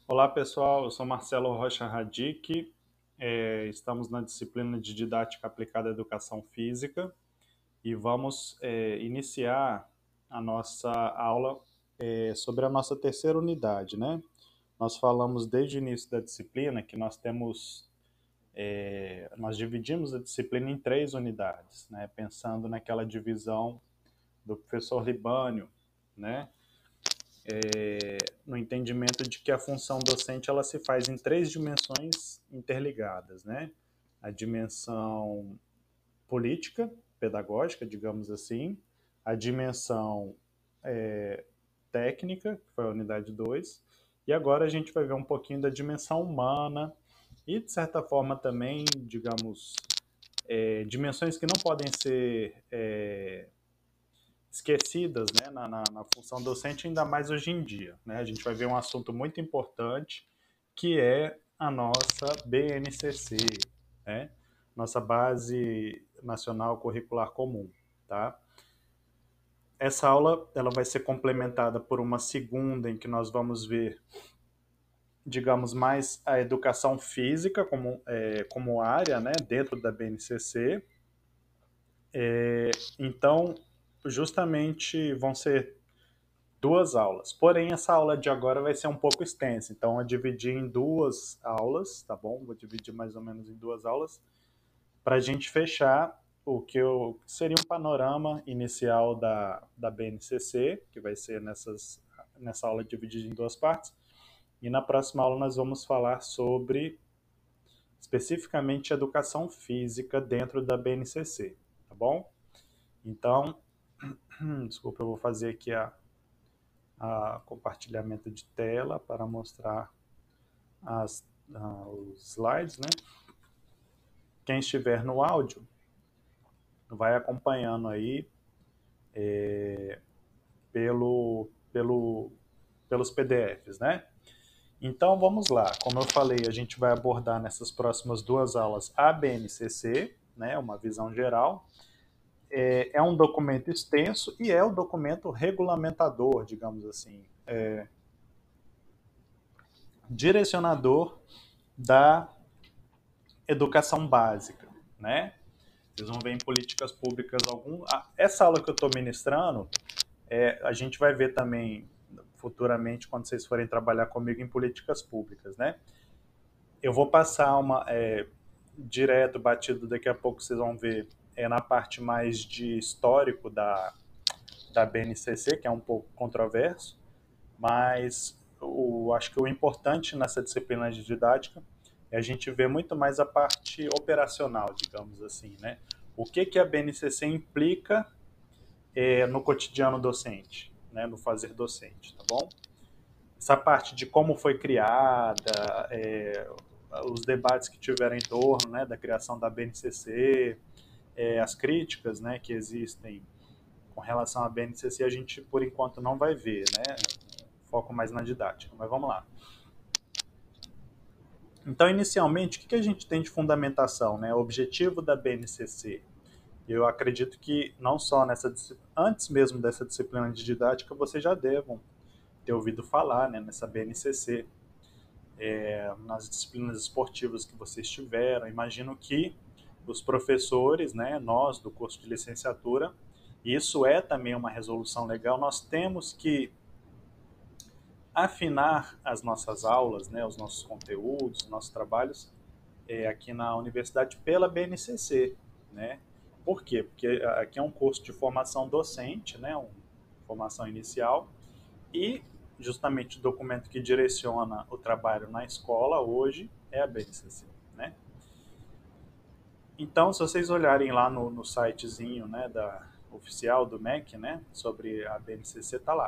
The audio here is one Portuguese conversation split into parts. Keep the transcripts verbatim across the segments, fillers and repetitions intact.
Olá pessoal, eu sou Marcelo Rocha Radic, é, estamos na disciplina de Didática Aplicada à Educação Física e vamos é, iniciar a nossa aula é, sobre a nossa terceira unidade, né? Nós falamos desde o início da disciplina que nós temos, é, nós dividimos a disciplina em três unidades, né? Pensando naquela divisão do professor Libânio, né? É, no entendimento de que a função docente ela se faz em três dimensões interligadas, né? A dimensão política, pedagógica, digamos assim, a dimensão é, técnica, que foi a unidade dois, e agora a gente vai ver um pouquinho da dimensão humana e, de certa forma, também, digamos, é, dimensões que não podem ser é, esquecidas, né, na, na, na função docente, ainda mais hoje em dia, né? A gente vai ver um assunto muito importante, que é a nossa B N C C, né? Nossa Base Nacional Curricular Comum, tá? Essa aula ela vai ser complementada por uma segunda em que nós vamos ver, digamos, mais a educação física como, é, como área, né, dentro da B N C C. É, então, justamente vão ser duas aulas. Porém, essa aula de agora vai ser um pouco extensa, então eu dividi em duas aulas, tá bom? Vou dividir mais ou menos em duas aulas para a gente fechar o que eu, seria um panorama inicial da, da B N C C, que vai ser nessas, nessa aula dividida em duas partes. E na próxima aula nós vamos falar sobre especificamente educação física dentro da B N C C, tá bom? Então, desculpa, eu vou fazer aqui a, a compartilhamento de tela para mostrar as, uh, os slides, né? Quem estiver no áudio vai acompanhando aí é, pelo, pelo, pelos P D Fs, né? Então vamos lá, como eu falei, a gente vai abordar nessas próximas duas aulas a B N C C, né? Uma visão geral. É, é um documento extenso e é o documento regulamentador, digamos assim, é, direcionador da educação básica, né? Vocês vão ver em políticas públicas algum. Ah, essa aula que eu estou ministrando, é, a gente vai ver também futuramente quando vocês forem trabalhar comigo em políticas públicas, né? Eu vou passar uma é, direto, batido, daqui a pouco vocês vão ver é na parte mais de histórico da, da B N C C, que é um pouco controverso, mas o, acho que o importante nessa disciplina de didática é a gente ver muito mais a parte operacional, digamos assim, né? O que, que a B N C C implica é, no cotidiano docente, né? No fazer docente, tá bom? Essa parte de como foi criada, é, os debates que tiveram em torno, né, da criação da B N C C, é, as críticas, né, que existem com relação à B N C C, a gente por enquanto não vai ver, né? Foco mais na didática, mas vamos lá. Então, inicialmente, o que a gente tem de fundamentação, né? O objetivo da B N C C. Eu acredito que não só nessa antes mesmo dessa disciplina de didática, vocês já devam ter ouvido falar, né, nessa B N C C, é, nas disciplinas esportivas que vocês tiveram. Imagino que os professores, né, nós do curso de licenciatura, isso é também uma resolução legal, nós temos que afinar as nossas aulas, né, os nossos conteúdos, os nossos trabalhos é, aqui na universidade pela B N C C, né? Por quê? Porque aqui é um curso de formação docente, né, uma formação inicial, e justamente o documento que direciona o trabalho na escola hoje é a B N C C, né? Então, se vocês olharem lá no, no sitezinho, né, da oficial do M E C, né, sobre a B N C C, tá lá.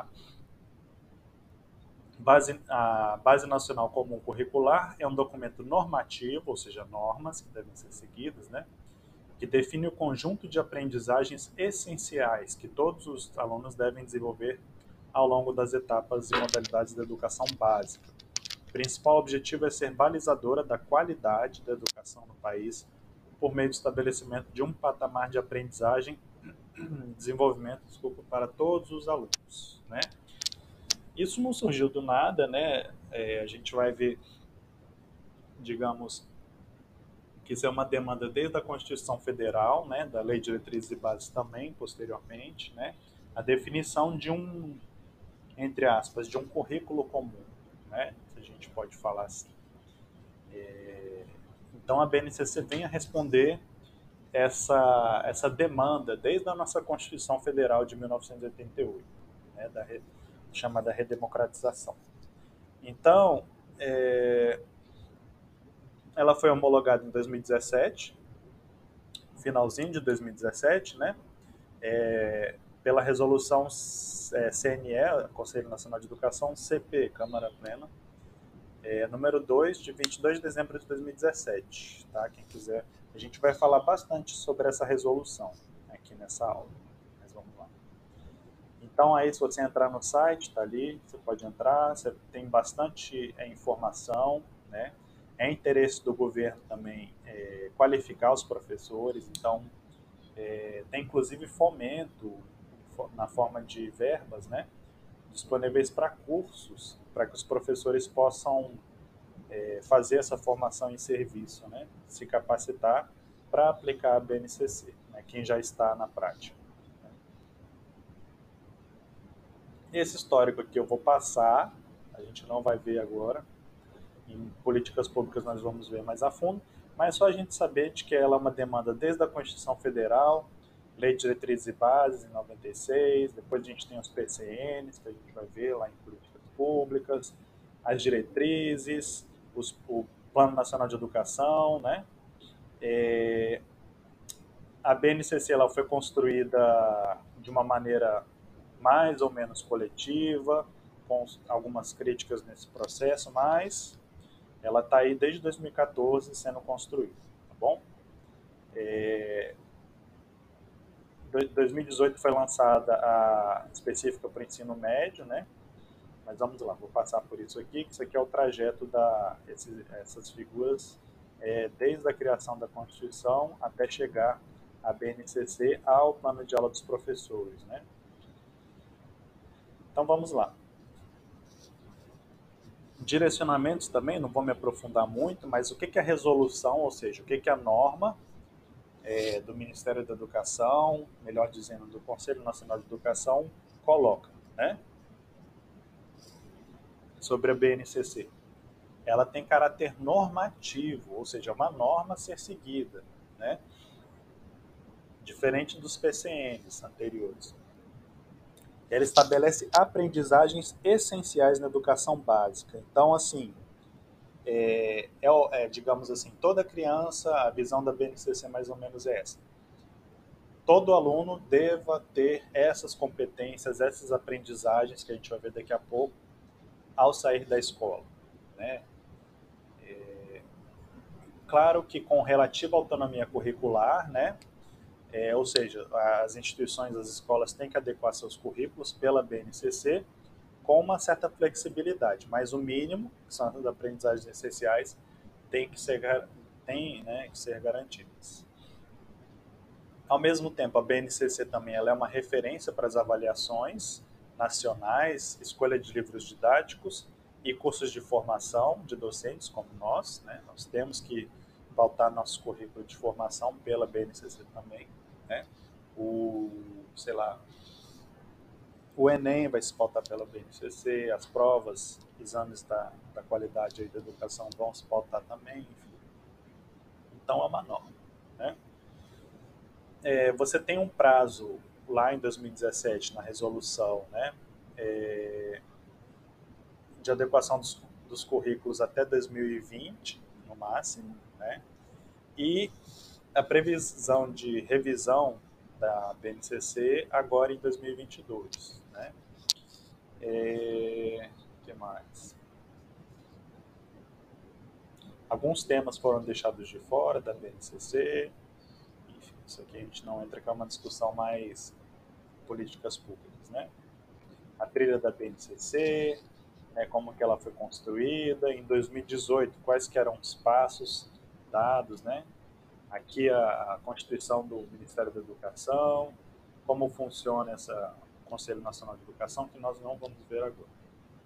Base, a Base Nacional Comum Curricular é um documento normativo, ou seja, normas que devem ser seguidas, né, que define o conjunto de aprendizagens essenciais que todos os alunos devem desenvolver ao longo das etapas e modalidades da educação básica. O principal objetivo é ser balizadora da qualidade da educação no país por meio do estabelecimento de um patamar de aprendizagem e desenvolvimento, desculpa, para todos os alunos, né? Isso não surgiu do nada, né? É, a gente vai ver, digamos, que isso é uma demanda desde a Constituição Federal, né, da Lei de Diretrizes e Bases também, posteriormente, né, a definição de um, entre aspas, de um currículo comum, né, se a gente pode falar assim. É, então a B N C C vem a responder essa, essa demanda desde a nossa Constituição Federal de mil novecentos e oitenta e oito, né, da re, chamada redemocratização. Então, é, ela foi homologada em dois mil e dezessete, finalzinho de dois mil e dezessete, né, é, pela resolução é, C N E, Conselho Nacional de Educação, C P, Câmara Plena, é, número dois, de vinte e dois de dezembro de dois mil e dezessete. Tá? Quem quiser, a gente vai falar bastante sobre essa resolução aqui nessa aula. Mas vamos lá. Então, aí, se você entrar no site, está ali, você pode entrar, você tem bastante é, informação, né? É interesse do governo também é, qualificar os professores, então é, tem inclusive fomento na forma de verbas, né, disponíveis para cursos, para que os professores possam é, fazer essa formação em serviço, né, se capacitar para aplicar a B N C C, né, quem já está na prática. Esse histórico aqui eu vou passar, a gente não vai ver agora, em políticas públicas nós vamos ver mais a fundo, mas só a gente saber de que ela é uma demanda desde a Constituição Federal, Lei de Diretrizes e Bases em noventa e seis, depois a gente tem os P C Ns, que a gente vai ver lá em políticas públicas, as diretrizes, os, o Plano Nacional de Educação, né? É, a B N C C ela foi construída de uma maneira mais ou menos coletiva, com algumas críticas nesse processo, mas ela está aí desde dois mil e quatorze sendo construída, tá bom? É, dois mil e dezoito foi lançada a específica para o ensino médio, né? Mas vamos lá, vou passar por isso aqui, que isso aqui é o trajeto da esses, essas figuras é, desde a criação da Constituição até chegar a B N C C ao plano de aula dos professores, né? Então vamos lá. Direcionamentos também, não vou me aprofundar muito, mas o que é a resolução, ou seja, o que é a norma é, do Ministério da Educação, melhor dizendo, do Conselho Nacional de Educação, coloca, né, sobre a B N C C. Ela tem caráter normativo, ou seja, uma norma a ser seguida, né, diferente dos P C Ns anteriores. Ela estabelece aprendizagens essenciais na educação básica. Então, assim, é, é, é, digamos assim, toda criança, a visão da B N C C mais ou menos é essa. Todo aluno deva ter essas competências, essas aprendizagens que a gente vai ver daqui a pouco, ao sair da escola, né? É, claro que com relativa autonomia curricular, né? É, ou seja, as instituições, as escolas têm que adequar seus currículos pela B N C C com uma certa flexibilidade, mas o mínimo, que são as aprendizagens essenciais, tem que ser, tem, né, que ser garantidas. Ao mesmo tempo, a B N C C também ela é uma referência para as avaliações nacionais, escolha de livros didáticos e cursos de formação de docentes como nós, né? Nós temos que pautar nosso currículo de formação pela B N C C também, né? O, sei lá, o Enem vai se pautar pela B N C C, as provas, exames da, da qualidade aí da educação vão se pautar também, enfim. Então é uma norma, né? É, você tem um prazo lá em dois mil e dezessete na resolução, né, é, de adequação dos, dos currículos até dois mil e vinte, no máximo, né, e a previsão de revisão da B N C C agora em dois mil e vinte e dois. Né. É, que mais? Alguns temas foram deixados de fora da B N C C, enfim, isso aqui a gente não entra, que é uma discussão mais políticas públicas, né? A trilha da B N C C, né, como que ela foi construída, em dois mil e dezoito, quais que eram os passos dados, né? Aqui a, a Constituição do Ministério da Educação, como funciona essa Conselho Nacional de Educação, que nós não vamos ver agora.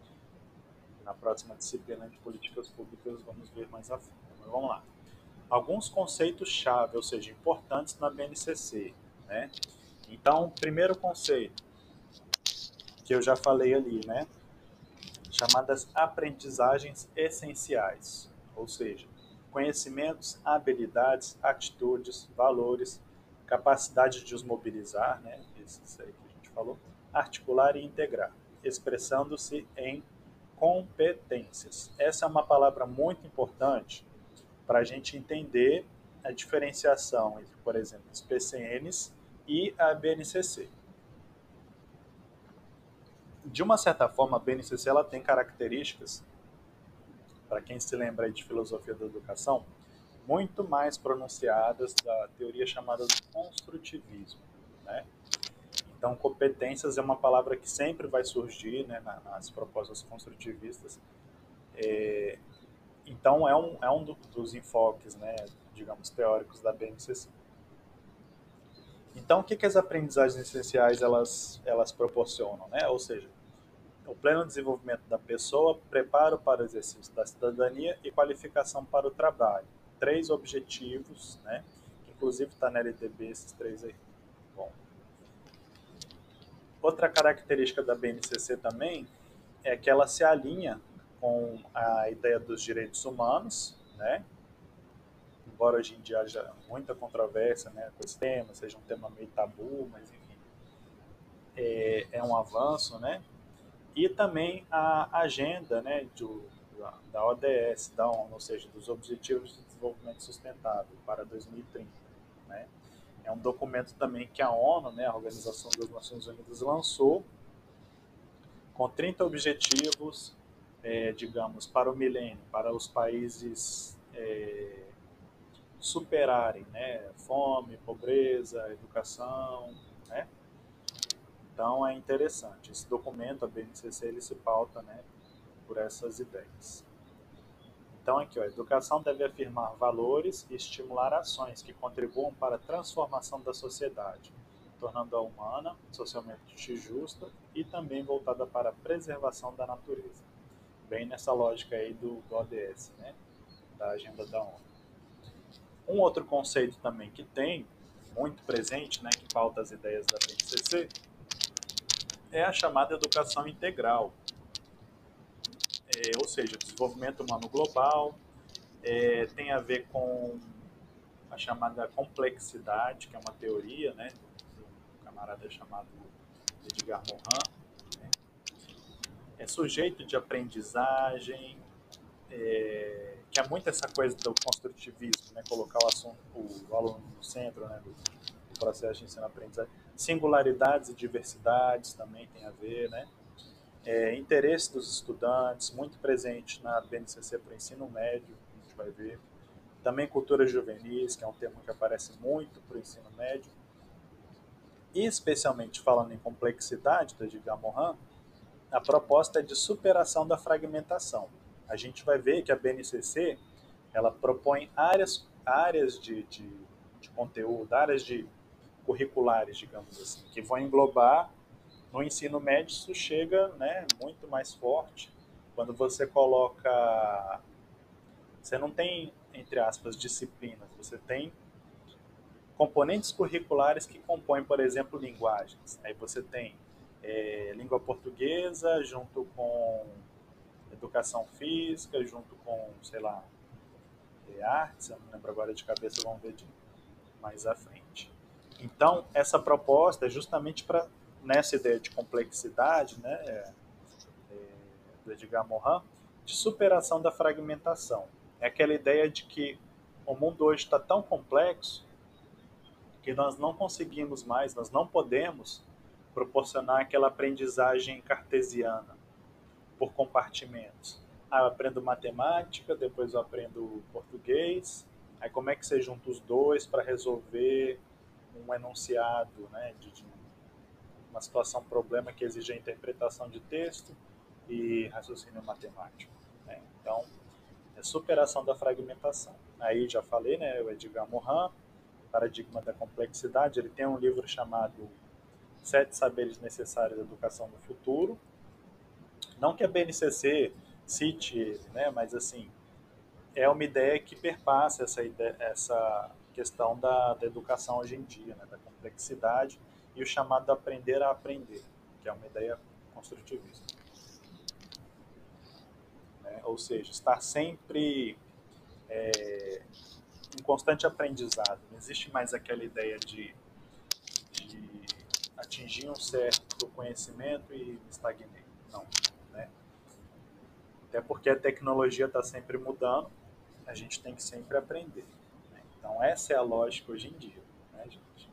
próxima disciplina de políticas públicas vamos ver mais a fundo. Mas vamos lá. Alguns conceitos-chave, ou seja, importantes na B N C C, né? Então, primeiro conceito, que eu já falei ali, né? Chamadas aprendizagens essenciais, ou seja, conhecimentos, habilidades, atitudes, valores, capacidade de os mobilizar, né? Isso aí que a gente falou, articular e integrar, expressando-se em competências. Essa é uma palavra muito importante para a gente entender a diferenciação entre, por exemplo, os P C Ns e a B N C C. De uma certa forma, a B N C C ela tem características, para quem se lembra aí de filosofia da educação, muito mais pronunciadas da teoria chamada do construtivismo, né? Então, competências é uma palavra que sempre vai surgir, né, nas propostas construtivistas. É, então, é um, é um dos enfoques, né, digamos, teóricos da B N C C. Então, o que, que as aprendizagens essenciais elas, elas proporcionam, né? Ou seja, o pleno desenvolvimento da pessoa, preparo para o exercício da cidadania e qualificação para o trabalho. Três objetivos, né? Que inclusive está na L D B esses três aí. Bom. Outra característica da B N C C também é que ela se alinha com a ideia dos direitos humanos, né? Embora hoje em dia haja muita controvérsia, né, com esse tema, seja um tema meio tabu, mas enfim, é, é um avanço, né? E também a agenda, né, do, da O D S, da ONU, ou seja, dos Objetivos de Desenvolvimento Sustentável para dois mil e trinta. Né? É um documento também que a ONU, né, a Organização das Nações Unidas, lançou com trinta objetivos, é, digamos, para o milênio, para os países é, superarem, né, fome, pobreza, educação, né? Então é interessante. Esse documento, a B N C C, ele se pauta, né, por essas ideias. Então aqui, ó, a educação deve afirmar valores e estimular ações que contribuam para a transformação da sociedade, tornando-a humana, socialmente justa e também voltada para a preservação da natureza. Bem nessa lógica aí do, do O D S, né, da agenda da ONU. Um outro conceito também que tem, muito presente, né, que pauta as ideias da B N C C, é a chamada educação integral, é, ou seja, desenvolvimento humano global, é, tem a ver com a chamada complexidade, que é uma teoria, né, de um camarada chamado Edgar Morin, né, é sujeito de aprendizagem, é, que é muito essa coisa do construtivismo, né, colocar o, assunto, o aluno no centro, né, do, do processo de ensino-aprendizagem. Singularidades e diversidades também tem a ver, né? É, interesse dos estudantes, muito presente na B N C C para o ensino médio, a gente vai ver. Também cultura juvenis, que é um termo que aparece muito para o ensino médio. E, especialmente falando em complexidade, do Edgar Morin, a proposta é de superação da fragmentação. A gente vai ver que a B N C C ela propõe áreas, áreas de, de, de conteúdo, áreas de curriculares, digamos assim, que vão englobar. No ensino médio isso chega, né, muito mais forte quando você coloca, você não tem, entre aspas, disciplinas, você tem componentes curriculares que compõem, por exemplo, linguagens. Aí você tem é, língua portuguesa junto com educação física, junto com, sei lá, é, artes, eu não lembro agora de cabeça, vamos ver de mais à frente. Então, essa proposta é justamente para, nessa ideia de complexidade, né, é, do Edgar Morin, de superação da fragmentação. É aquela ideia de que o mundo hoje está tão complexo que nós não conseguimos mais, nós não podemos proporcionar aquela aprendizagem cartesiana por compartimentos. Ah, eu aprendo matemática, depois eu aprendo português, aí como é que você junta os dois para resolver um enunciado, né, de, de uma situação, problema que exige a interpretação de texto e raciocínio matemático. Né? Então, é superação da fragmentação. Aí já falei, né, o Edgar Morin, Paradigma da Complexidade, ele tem um livro chamado Sete Saberes Necessários da Educação no Futuro. Não que a B N C C cite ele, né? Mas assim, é uma ideia que perpassa essa, ideia, essa questão da, da educação hoje em dia, né? Da complexidade e o chamado aprender a aprender, que é uma ideia construtivista. Né? Ou seja, estar sempre é, em constante aprendizado. Não existe mais aquela ideia de, de atingir um certo conhecimento e me estagnei. Não. Né? Até porque a tecnologia está sempre mudando, a gente tem que sempre aprender. Né? Então, essa é a lógica hoje em dia. Né, gente?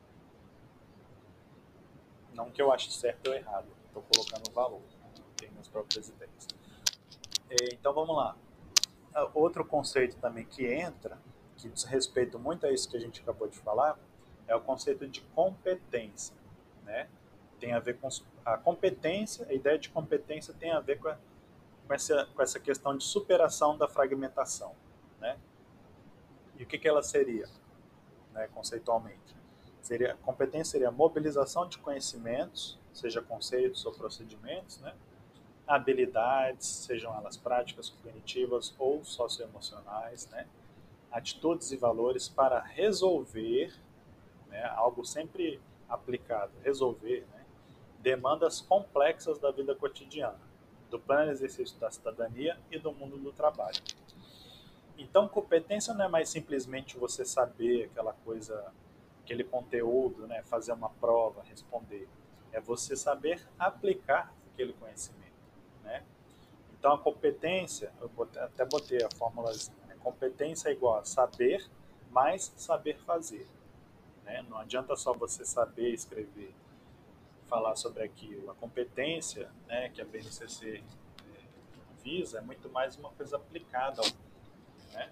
Não que eu ache certo ou errado, estou colocando um valor, né? Tenho minhas próprias ideias. Então, vamos lá. Outro conceito também que entra, que diz respeito muito a isso que a gente acabou de falar, é o conceito de competência. Né? Tem a ver com a competência, a ideia de competência tem a ver com, a, com, essa, com essa questão de superação da fragmentação. Né? E o que, que ela seria, né, conceitualmente? Seria, competência seria a mobilização de conhecimentos, seja conceitos ou procedimentos, né? Habilidades, sejam elas práticas, cognitivas ou socioemocionais, né? Atitudes e valores para resolver, né, algo sempre aplicado, resolver, né, demandas complexas da vida cotidiana, do pleno exercício da cidadania e do mundo do trabalho. Então, competência não é mais simplesmente você saber aquela coisa, aquele conteúdo, né, fazer uma prova, responder. É você saber aplicar aquele conhecimento. Né? Então, a competência, eu até botei a fórmula, né, competência é igual a saber mais saber fazer. Né? Não adianta só você saber escrever, falar sobre aquilo. A competência, né, que a B N C C visa é muito mais uma coisa aplicada ao mundo. Né?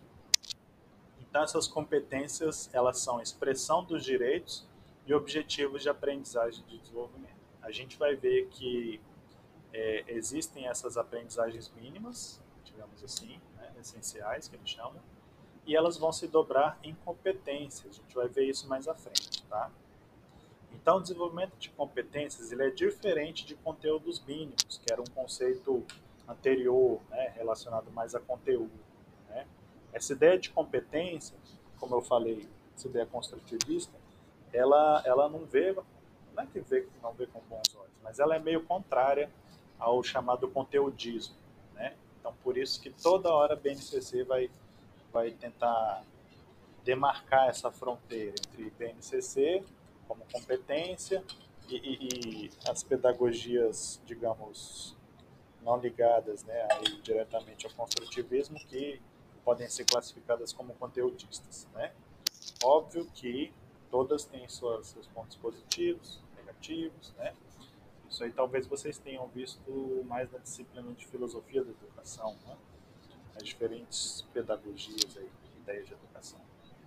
Então, essas competências, elas são expressão dos direitos e objetivos de aprendizagem e de desenvolvimento. A gente vai ver que é, existem essas aprendizagens mínimas, digamos assim, né, essenciais, que eles chamam, e elas vão se dobrar em competências. A gente vai ver isso mais à frente, tá? Então, o desenvolvimento de competências ele é diferente de conteúdos mínimos, que era um conceito anterior, né, relacionado mais a conteúdo. Né? Essa ideia de competência, como eu falei, essa ideia construtivista, ela, ela não vê, não é que vê, não vê com bons olhos, mas ela é meio contrária ao chamado conteudismo. Né? Então, por isso que toda hora a B N C C vai, vai tentar demarcar essa fronteira entre B N C C como competência e, e, e as pedagogias, digamos, não ligadas, né, aí, diretamente ao construtivismo, que podem ser classificadas como conteudistas. Né? Óbvio que todas têm suas, seus pontos positivos, negativos, né? Isso aí talvez vocês tenham visto mais na disciplina de filosofia da educação, né? As diferentes pedagogias aí, ideias de educação.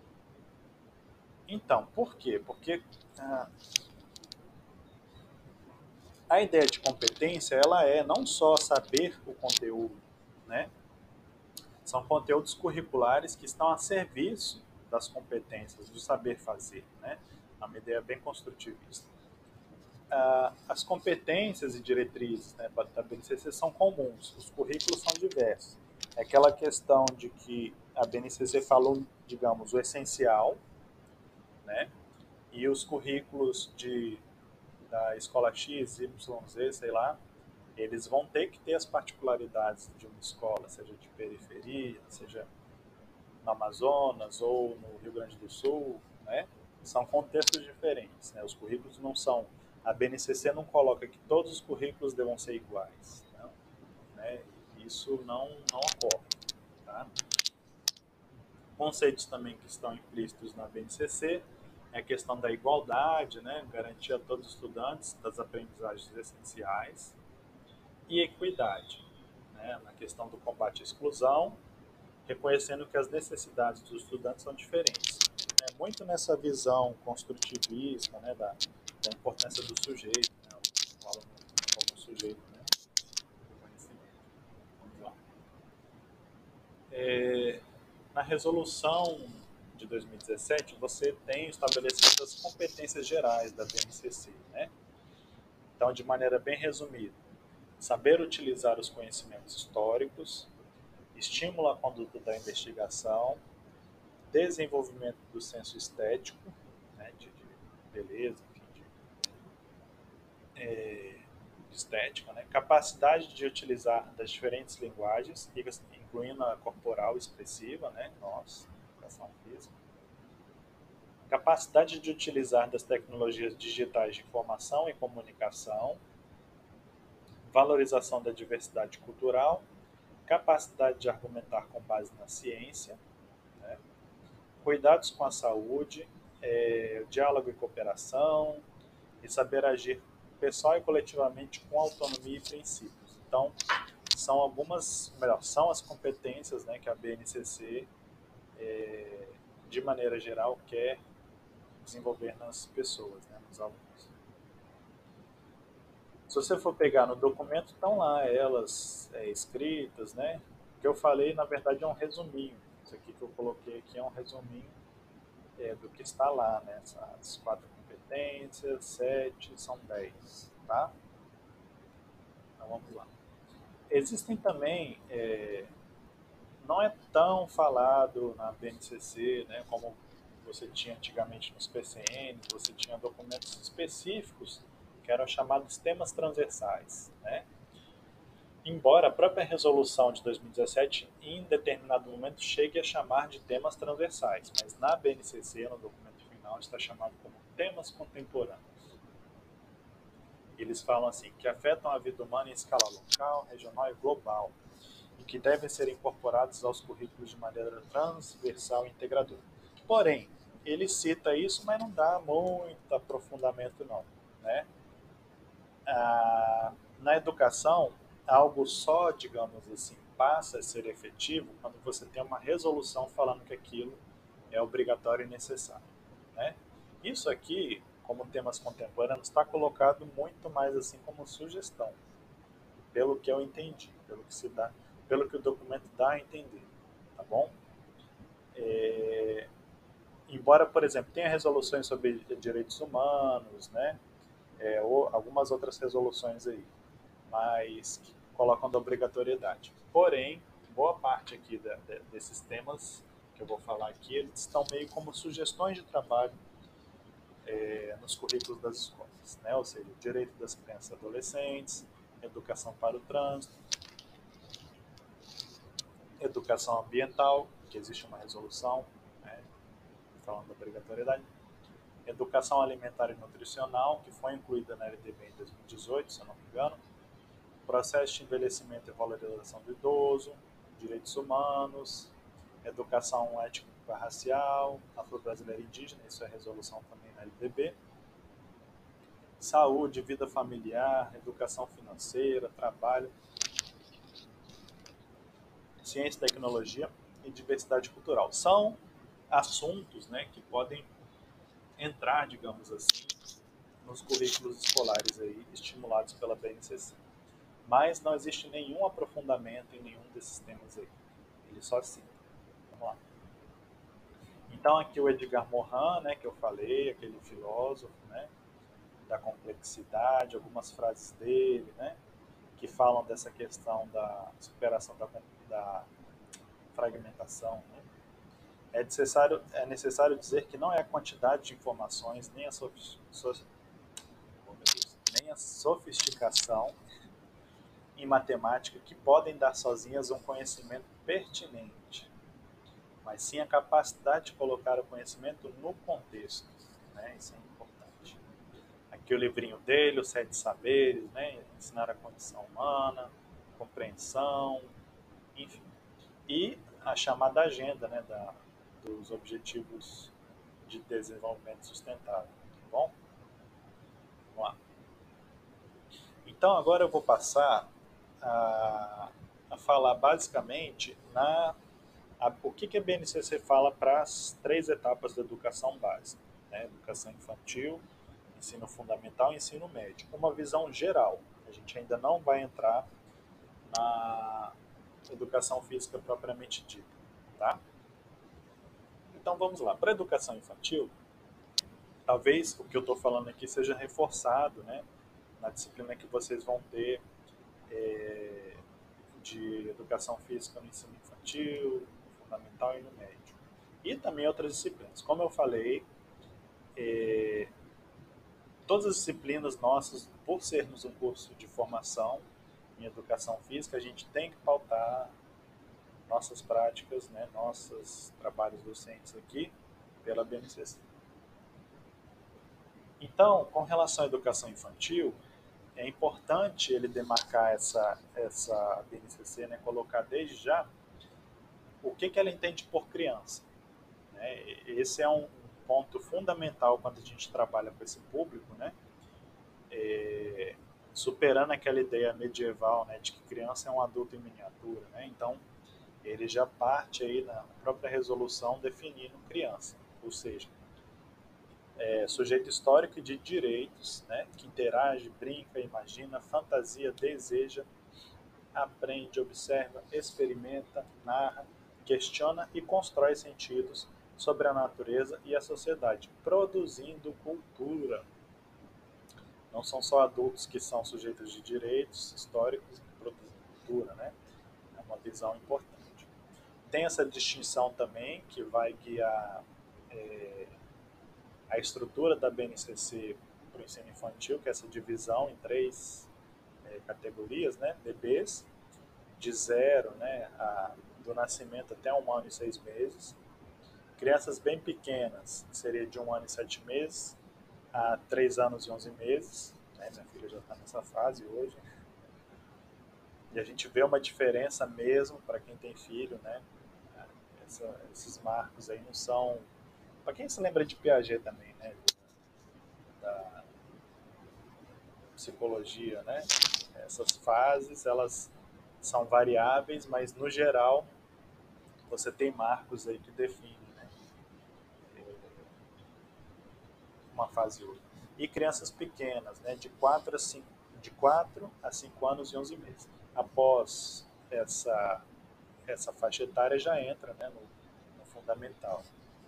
Então, por quê? Porque ah, a ideia de competência, ela é não só saber o conteúdo, né? São conteúdos curriculares que estão a serviço das competências, do saber fazer, né? É uma ideia bem construtivista. Ah, as competências e diretrizes, né, da B N C C são comuns, os currículos são diversos. É aquela questão de que a B N C C falou, digamos, o essencial, né? E os currículos de, da escola X, Y, Z, sei lá, eles vão ter que ter as particularidades de uma escola, seja de periferia, seja no Amazonas ou no Rio Grande do Sul, né? São contextos diferentes, né? Os currículos não são... A B N C C não coloca que todos os currículos devam ser iguais. Não, né? Isso não, não ocorre. Tá? Conceitos também que estão implícitos na B N C C é a questão da igualdade, né? Garantir a todos os estudantes das aprendizagens essenciais, e equidade, né? Na questão do combate à exclusão, reconhecendo que as necessidades dos estudantes são diferentes. É muito nessa visão construtivista, né, da, da importância do sujeito, né, o aluno como sujeito, né, do conhecimento. Vamos lá. É, na resolução de dois mil e dezessete, você tem estabelecido as competências gerais da B N C C. Né? Então, de maneira bem resumida, saber utilizar os conhecimentos históricos, estímulo à conduta da investigação, desenvolvimento do senso estético, né, de, de beleza, enfim, de, é, de estética, né, capacidade de utilizar das diferentes linguagens, incluindo a corporal expressiva, né, nós, educação física, capacidade de utilizar das tecnologias digitais de informação e comunicação, valorização da diversidade cultural, capacidade de argumentar com base na ciência, né, cuidados com a saúde, é, diálogo e cooperação, e saber agir pessoal e coletivamente com autonomia e princípios. Então, são algumas, melhor, são as competências, né, que a B N C C, é, de maneira geral, quer desenvolver nas pessoas, né, nos alunos. Se você for pegar no documento, estão lá elas é, escritas, né? O que eu falei, na verdade, é um resuminho. Isso aqui que eu coloquei aqui é um resuminho é, do que está lá, né? Essas quatro competências, sete, são dez, tá? Então vamos lá. Existem também, é, não é tão falado na B N C C, né? Como você tinha antigamente nos P C Ns, você tinha documentos específicos que eram chamados temas transversais, né? Embora a própria resolução de dois mil e dezessete, em determinado momento, chegue a chamar de temas transversais, mas na B N C C, no documento final, está chamado como temas contemporâneos. Eles falam assim, que afetam a vida humana em escala local, regional e global, e que devem ser incorporados aos currículos de maneira transversal e integradora. Porém, ele cita isso, mas não dá muito aprofundamento não, né? Ah, na educação, algo só, digamos assim, passa a ser efetivo quando você tem uma resolução falando que aquilo é obrigatório e necessário, né? Isso aqui, como temas contemporâneos, está colocado muito mais assim como sugestão, pelo que eu entendi, pelo que se dá, pelo que o documento dá a entender, tá bom? É, embora, por exemplo, tenha resoluções sobre direitos humanos, né? É, ou algumas outras resoluções aí, mas que colocam da obrigatoriedade. Porém, boa parte aqui da, de, desses temas que eu vou falar aqui, eles estão meio como sugestões de trabalho é, nos currículos das escolas, né? Ou seja, direito das crianças e adolescentes, educação para o trânsito, educação ambiental, que existe uma resolução, né, falando da obrigatoriedade, educação alimentar e nutricional, que foi incluída na L D B em dois mil e dezoito, se eu não me engano, processo de envelhecimento e valorização do idoso, direitos humanos, educação étnico-racial, afro-brasileira e indígena, isso é resolução também na L D B, saúde, vida familiar, educação financeira, trabalho, ciência e tecnologia e diversidade cultural. São assuntos, né, que podem entrar, digamos assim, nos currículos escolares aí, estimulados pela B N C C. Mas não existe nenhum aprofundamento em nenhum desses temas aí. Ele só cita. Vamos lá. Então aqui o Edgar Morin, né, que eu falei, aquele filósofo, né, da complexidade, algumas frases dele, né, que falam dessa questão da superação da, da fragmentação, né? É necessário, é necessário dizer que não é a quantidade de informações, nem a, sofis, so, oh, Deus, nem a sofisticação em matemática que podem dar sozinhas um conhecimento pertinente, mas sim a capacidade de colocar o conhecimento no contexto, né? Isso é importante. Aqui o livrinho dele, Os Sete Saberes, né? Ensinar a condição humana, compreensão, enfim. E a chamada agenda, né, da, dos Objetivos de Desenvolvimento Sustentável, tá bom? Vamos lá. Então agora eu vou passar a, a falar basicamente na a, o que, que a B N C C fala para as três etapas da educação básica, né? Educação infantil, ensino fundamental e ensino médio. Uma visão geral. A gente ainda não vai entrar na educação física propriamente dita, tá? Então vamos lá. Para a educação infantil, talvez o que eu estou falando aqui seja reforçado, né, na disciplina que vocês vão ter é, de educação física no ensino infantil, no fundamental e no médio. E também outras disciplinas. Como eu falei, é, todas as disciplinas nossas, por sermos um curso de formação em educação física, a gente tem que pautar nossas práticas, né, nossos trabalhos docentes aqui pela B N C C. Então, com relação à educação infantil, é importante ele demarcar essa, essa B N C C, né, colocar desde já o que, que ela entende por criança. Né? Esse é um ponto fundamental quando a gente trabalha com esse público, né? É, superando aquela ideia medieval, né, de que criança é um adulto em miniatura. Né? Então, ele já parte aí na própria resolução definindo criança, ou seja, é, sujeito histórico e de direitos, né, que interage, brinca, imagina, fantasia, deseja, aprende, observa, experimenta, narra, questiona e constrói sentidos sobre a natureza e a sociedade, produzindo cultura. Não são só adultos que são sujeitos de direitos históricos que produzem cultura, né? É uma visão importante. Tem essa distinção também que vai guiar é, a estrutura da B N C C para o ensino infantil, que é essa divisão em três é, categorias, né? Bebês, de zero, né, a, do nascimento até um ano e seis meses. Crianças bem pequenas, seria de um ano e sete meses a três anos e onze meses. Né? Minha filha já está nessa fase hoje. E a gente vê uma diferença mesmo para quem tem filho, né? Essa, esses marcos aí não são... Para quem se lembra de Piaget também, né? Da psicologia, né? Essas fases, elas são variáveis, mas no geral você tem marcos aí que definem, né, uma fase e outra. E crianças pequenas, né, de quatro a cinco, de quatro a cinco anos e onze meses. Após essa, essa faixa etária já entra, né, no, no fundamental,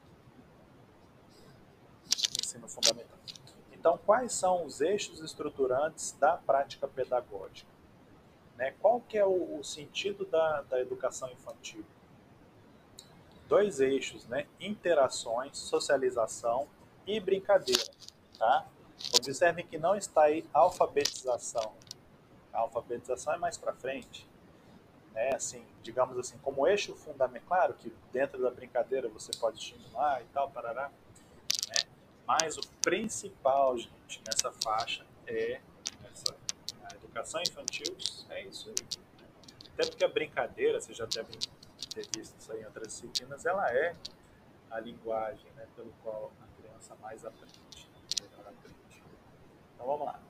ensino fundamental. Então, quais são os eixos estruturantes da prática pedagógica? Né? Qual que é o, o sentido da, da educação infantil? Dois eixos, né? Interações, socialização e brincadeira. Tá? Observem que não está aí alfabetização. A alfabetização é mais para frente. Né? Assim, digamos assim, como eixo fundamental. Claro que dentro da brincadeira você pode estimular e tal, parará. Né? Mas o principal, gente, nessa faixa é essa, a educação infantil. É isso aí. Até porque a brincadeira, vocês já devem ter visto isso aí em outras disciplinas, ela é a linguagem, né, pelo qual a criança mais aprende, melhor aprende. Então vamos lá.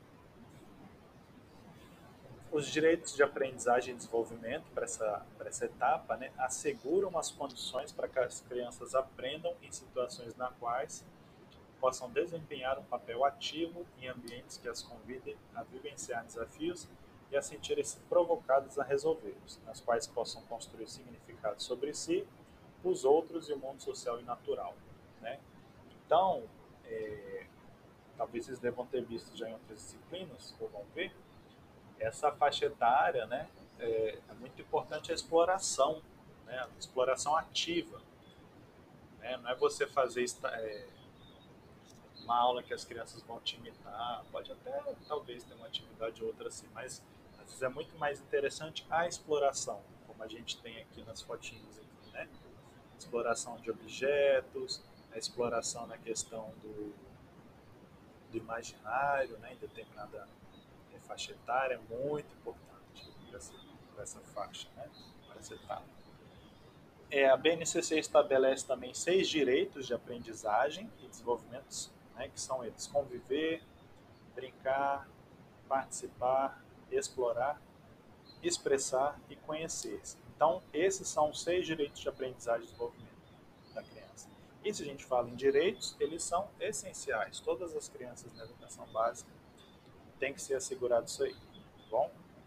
Os direitos de aprendizagem e desenvolvimento para essa, para essa etapa, né, asseguram as condições para que as crianças aprendam em situações nas quais possam desempenhar um papel ativo em ambientes que as convidem a vivenciar desafios e a sentirem-se provocadas a resolvê-los, nas quais possam construir significados sobre si, os outros e o mundo social e natural. Né? Então, é, talvez vocês devam ter visto já em outras disciplinas, ou vão ver, essa faixa etária, né, é, é muito importante a exploração, né, a exploração ativa. Né? Não é você fazer é, uma aula que as crianças vão te imitar, pode até talvez ter uma atividade ou outra assim, mas às vezes é muito mais interessante a exploração, como a gente tem aqui nas fotinhas aqui, né? Exploração de objetos, a exploração na questão do, do imaginário, né, em determinada faixa etária, é muito importante para essa, essa faixa, né, para essa etapa. É, a B N C C estabelece também seis direitos de aprendizagem e desenvolvimento, né, que são eles: conviver, brincar, participar, explorar, expressar e conhecer-se. Então, esses são os seis direitos de aprendizagem e desenvolvimento da criança. E se a gente fala em direitos, eles são essenciais. Todas as crianças na educação básica têm que ser assegurado isso aí. Tá bom?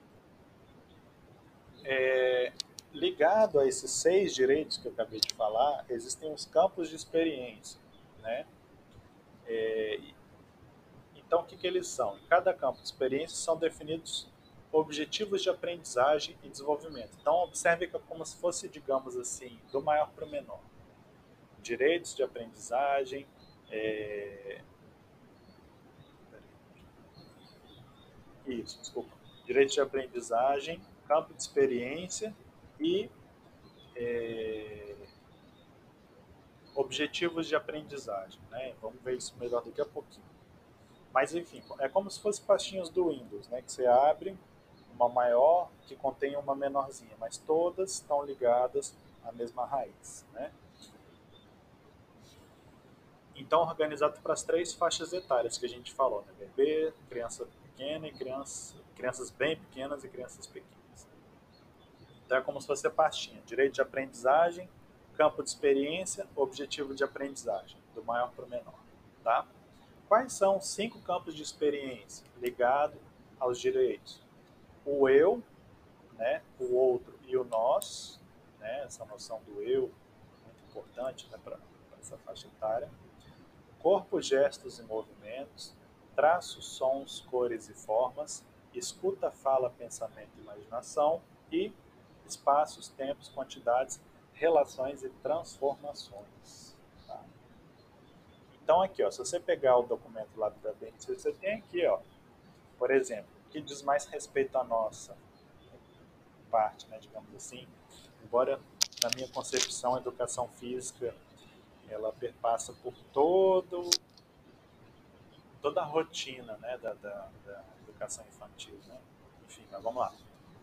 É, ligado a esses seis direitos que eu acabei de falar, existem os campos de experiência. Né? É, então, o que, que eles são? Em cada campo de experiência são definidos objetivos de aprendizagem e desenvolvimento. Então, observe que é como se fosse, digamos assim, do maior para o menor. Direitos de aprendizagem, é... isso, desculpa. Direitos de aprendizagem, campo de experiência e é... objetivos de aprendizagem, né? Vamos ver isso melhor daqui a pouquinho. Mas, enfim, é como se fossem pastinhas do Windows, né? Que você abre uma maior que contém uma menorzinha, mas todas estão ligadas à mesma raiz, né? Então, organizado para as três faixas etárias que a gente falou, né? Bebê, criança pequena e criança, crianças bem pequenas e crianças pequenas. Então, é como se fosse a pastinha. Direito de aprendizagem, campo de experiência, objetivo de aprendizagem, do maior para o menor, tá? Quais são os cinco campos de experiência ligados aos direitos? O eu, né, o outro e o nós, né, essa noção do eu, muito importante, né, para essa faixa etária. Corpo, gestos e movimentos, traços, sons, cores e formas, escuta, fala, pensamento e imaginação, e espaços, tempos, quantidades, relações e transformações. Tá? Então aqui, ó, se você pegar o documento lá da B N C, você tem aqui, ó, por exemplo, que diz mais respeito à nossa parte, né, digamos assim, embora na minha concepção a educação física ela perpassa por todo toda a rotina, né, da, da, da educação infantil, né? Enfim, mas vamos lá.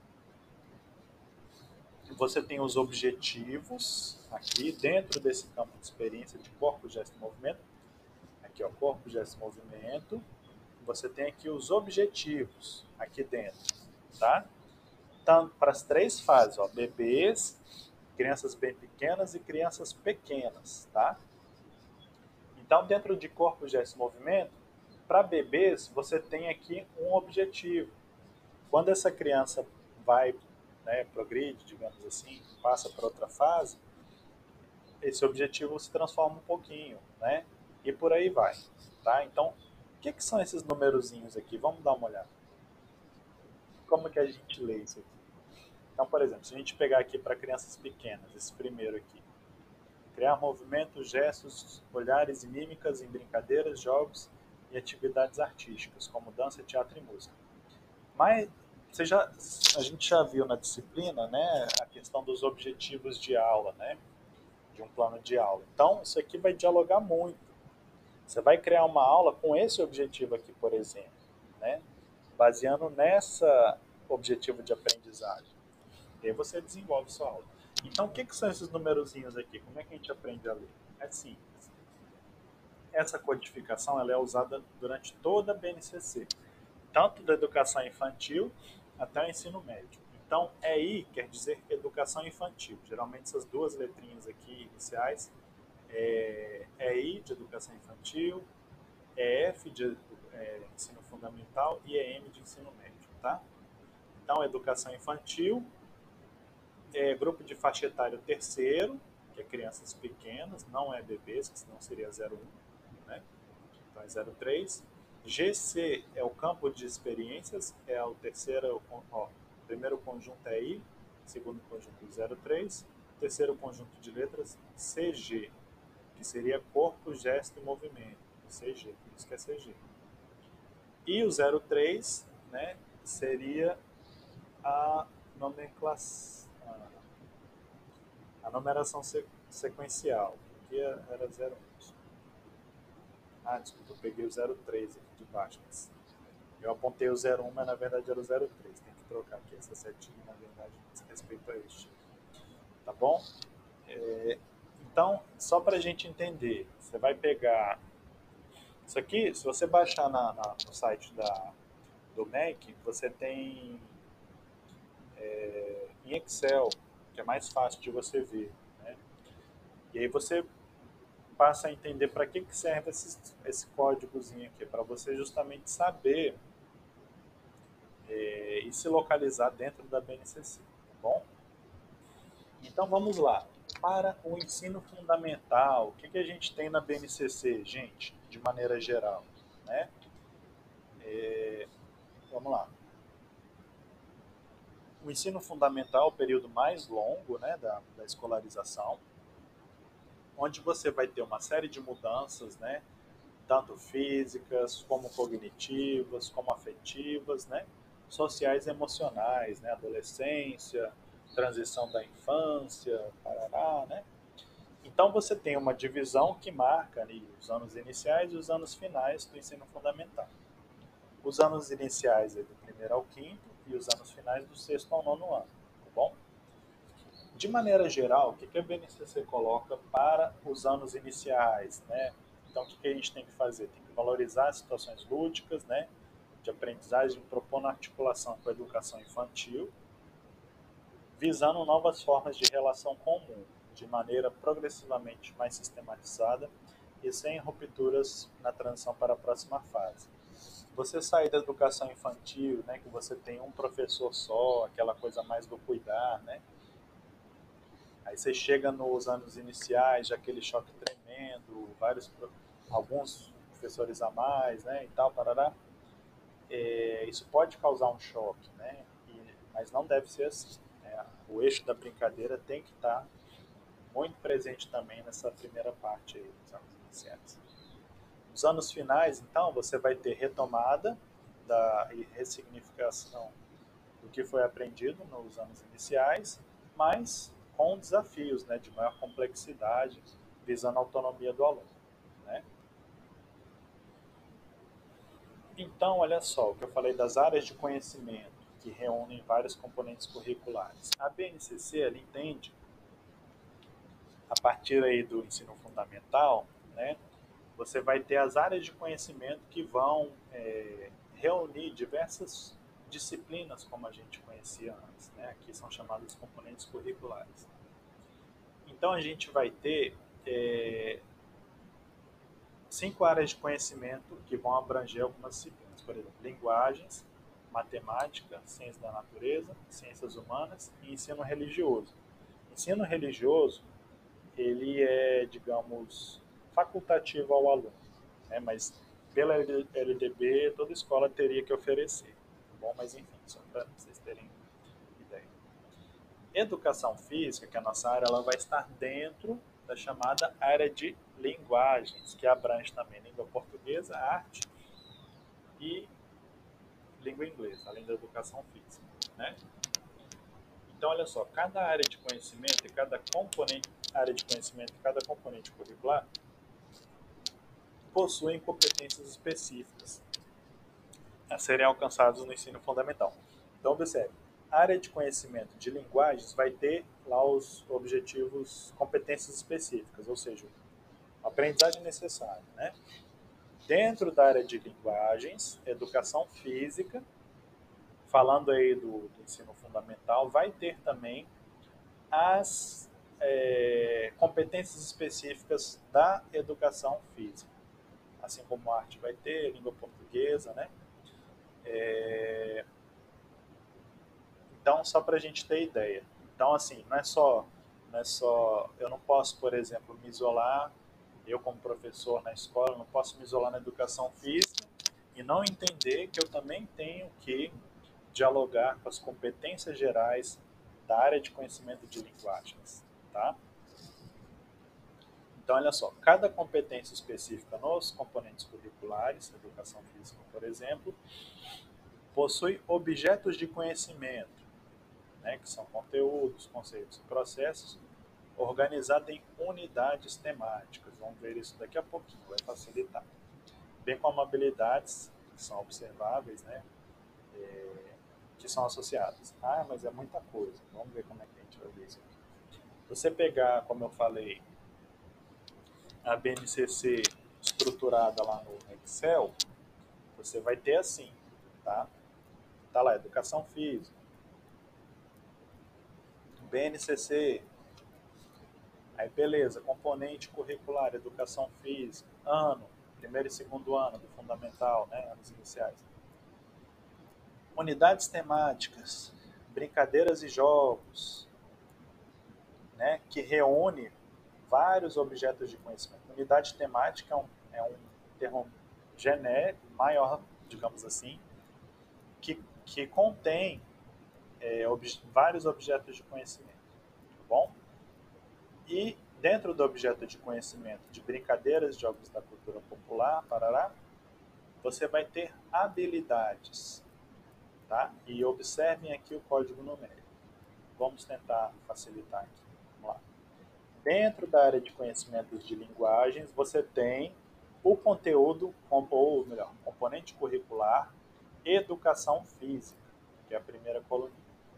Você tem os objetivos aqui dentro desse campo de experiência de corpo, gesto e movimento. Aqui, ó, corpo, gesto e movimento. Você tem aqui os objetivos aqui dentro, tá? Então, para as três fases, ó, bebês, crianças bem pequenas e crianças pequenas, tá? Então, dentro de corpo, gesto e movimento, para bebês, você tem aqui um objetivo. Quando essa criança vai, né, progride, digamos assim, passa para outra fase, esse objetivo se transforma um pouquinho, né? E por aí vai, tá? Então, o que, que são esses numerozinhos aqui? Vamos dar uma olhada. Como que a gente lê isso aqui? Então, por exemplo, se a gente pegar aqui para crianças pequenas, esse primeiro aqui, criar movimentos, gestos, olhares e mímicas em brincadeiras, jogos e atividades artísticas, como dança, teatro e música. Mas você já, a gente já viu na disciplina, né, a questão dos objetivos de aula, né, de um plano de aula. Então, isso aqui vai dialogar muito. Você vai criar uma aula com esse objetivo aqui, por exemplo, né, baseando nessa objetivo de aprendizagem. E aí você desenvolve sua aula. Então, o que, que são esses numerozinhos aqui? Como é que a gente aprende a ler? É simples. Essa codificação ela é usada durante toda a B N C C, tanto da educação infantil até o ensino médio. Então, E I quer dizer educação infantil. Geralmente, essas duas letrinhas aqui iniciais é E I de educação infantil, E F de é, ensino fundamental e E M de ensino médio, tá? Então, educação infantil, é, grupo de faixa etária terceiro, que é crianças pequenas, não é bebês, que senão seria zero um, né? Então é zero três. G C é o campo de experiências, é o terceiro, ó, primeiro conjunto é I, segundo conjunto zero três, terceiro conjunto de letras C G, que seria corpo, gesto e movimento, C G, por isso que é C G. E o zero três, né, seria a nomenclação, a numeração sequencial, que era zero um. Ah, desculpa, eu peguei o zero três aqui de baixo. Mas eu apontei o zero um, mas na verdade era o zero três. Tem que trocar aqui essa setinha, na verdade, a respeito a este. Tá bom? É, então, só para a gente entender, você vai pegar isso aqui, se você baixar na, na, no site da, do M E C, você tem é, em Excel, que é mais fácil de você ver, né? E aí você passa a entender para que, que serve esse, esse códigozinho aqui, para você justamente saber é, e se localizar dentro da B N C C, tá bom? Então vamos lá. Para o ensino fundamental, o que, que a gente tem na B N C C, gente, de maneira geral, né? É, vamos lá. O ensino fundamental é o período mais longo, né, da, da escolarização, onde você vai ter uma série de mudanças, né, tanto físicas, como cognitivas, como afetivas, né, sociais e emocionais, né, adolescência, transição da infância, parará, né? Então você tem uma divisão que marca ali os anos iniciais e os anos finais do ensino fundamental. Os anos iniciais é do primeiro ao quinto e os anos finais do sexto ao nono ano, tá bom? De maneira geral, o que a B N C C coloca para os anos iniciais, né? Então, o que a gente tem que fazer? Tem que valorizar as situações lúdicas, né? De aprendizagem, propondo articulação com a educação infantil, visando novas formas de relação comum, de maneira progressivamente mais sistematizada e sem rupturas na transição para a próxima fase. Você sair da educação infantil, né, que você tem um professor só, aquela coisa mais do cuidar, né? Aí você chega nos anos iniciais, já aquele choque tremendo, vários, alguns professores a mais, né, e tal, parará. É, isso pode causar um choque, né? E, mas não deve ser assim. Né? O eixo da brincadeira tem que estar muito presente também nessa primeira parte aí dos anos iniciais. Nos anos finais, então, você vai ter retomada da e ressignificação do que foi aprendido nos anos iniciais, mas com desafios, né, de maior complexidade, visando a autonomia do aluno, né? Então, olha só, o que eu falei das áreas de conhecimento, que reúnem vários componentes curriculares. A B N C C, ela entende, a partir aí do ensino fundamental, né, você vai ter as áreas de conhecimento que vão é, reunir diversas disciplinas, como a gente conhecia antes, né? Aqui são chamados componentes curriculares. Então, a gente vai ter é, cinco áreas de conhecimento que vão abranger algumas disciplinas, por exemplo, linguagens, matemática, ciência da natureza, ciências humanas e ensino religioso. Ensino religioso, ele é, digamos, facultativo ao aluno, né? Mas pela L D B toda escola teria que oferecer, tá bom? Mas enfim, só para vocês terem ideia. Educação física, que é a nossa área, ela vai estar dentro da chamada área de linguagens, que abrange também língua portuguesa, arte e língua inglesa, além da educação física, né? Então, olha só, cada área de conhecimento e cada componente, área de conhecimento e cada componente curricular possuem competências específicas a serem alcançadas no ensino fundamental. Então, observe, a área de conhecimento de linguagens vai ter lá os objetivos, competências específicas, ou seja, a aprendizagem necessária, né? Dentro da área de linguagens, educação física, falando aí do, do ensino fundamental, vai ter também as é, competências específicas da educação física, assim como a arte vai ter, língua portuguesa, né? É, então, só para a gente ter ideia. Então, assim, não é só, não é só, eu não posso, por exemplo, me isolar, eu como professor na escola, não posso me isolar na educação física e não entender que eu também tenho que dialogar com as competências gerais da área de conhecimento de linguagens, tá? Então, olha só, cada competência específica nos componentes curriculares, educação física, por exemplo, possui objetos de conhecimento, né, que são conteúdos, conceitos e processos, organizados em unidades temáticas. Vamos ver isso daqui a pouquinho, vai facilitar. Bem como habilidades que são observáveis, né, é, que são associadas. Ah, mas é muita coisa. Vamos ver como é que a gente vai ver isso aqui. Você pegar, como eu falei, a B N C C estruturada lá no Excel, você vai ter assim, tá? Tá lá, educação física, B N C C, aí beleza, componente curricular, educação física, ano, primeiro e segundo ano do fundamental, né, anos iniciais. Unidades temáticas, brincadeiras e jogos, né, que reúne vários objetos de conhecimento. Unidade temática é um, é um termo genérico, maior, digamos assim, que, que contém é, ob vários objetos de conhecimento, tá bom? E dentro do objeto de conhecimento de brincadeiras, jogos da cultura popular, parará, você vai ter habilidades, tá? E observem aqui o código numérico. Vamos tentar facilitar aqui. Vamos lá. Dentro da área de conhecimentos de linguagens, você tem o conteúdo, ou melhor, componente curricular, educação física, que é a primeira coluninha.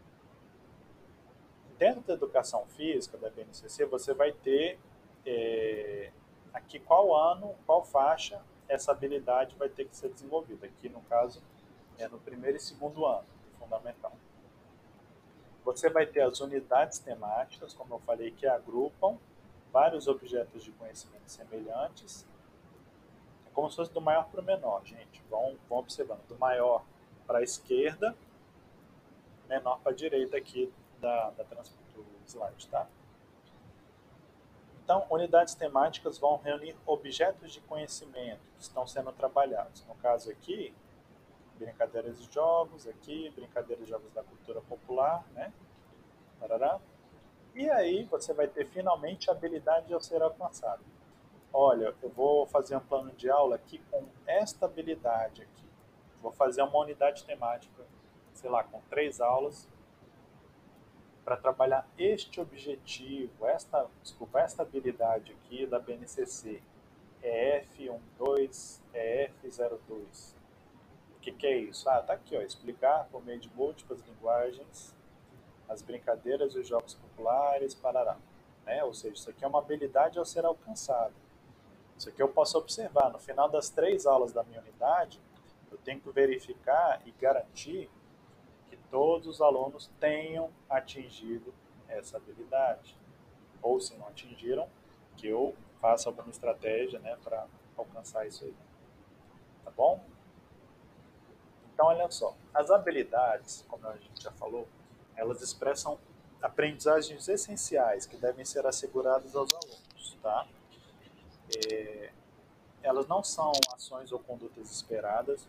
Dentro da educação física da B N C C, você vai ter é, aqui qual ano, qual faixa essa habilidade vai ter que ser desenvolvida. Aqui, no caso, é no primeiro e segundo ano, fundamental. Você vai ter as unidades temáticas, como eu falei, que agrupam vários objetos de conhecimento semelhantes. É como se fosse do maior para o menor, gente. Vão, vão observando. Do maior para a esquerda, menor para a direita aqui da, da do slide, tá? Então, unidades temáticas vão reunir objetos de conhecimento que estão sendo trabalhados. No caso aqui, brincadeiras de jogos, aqui, brincadeiras de jogos da cultura popular, né? Tarará. E aí você vai ter finalmente a habilidade a ser alcançada. Olha, eu vou fazer um plano de aula aqui com esta habilidade aqui. Vou fazer uma unidade temática, sei lá, com três aulas, para trabalhar este objetivo, esta, desculpa, esta habilidade aqui da B N C C, E F doze, E F zero dois. O que, que é isso? Ah, tá aqui, ó, explicar por meio de múltiplas linguagens as brincadeiras e os jogos populares, parará. Né? Ou seja, isso aqui é uma habilidade a ser alcançada. Isso aqui eu posso observar. No final das três aulas da minha unidade, eu tenho que verificar e garantir que todos os alunos tenham atingido essa habilidade. Ou, se não atingiram, que eu faça alguma estratégia, né, para alcançar isso aí. Tá bom? Então, olha só. As habilidades, como a gente já falou, elas expressam aprendizagens essenciais que devem ser asseguradas aos alunos, tá? É, elas não são ações ou condutas esperadas.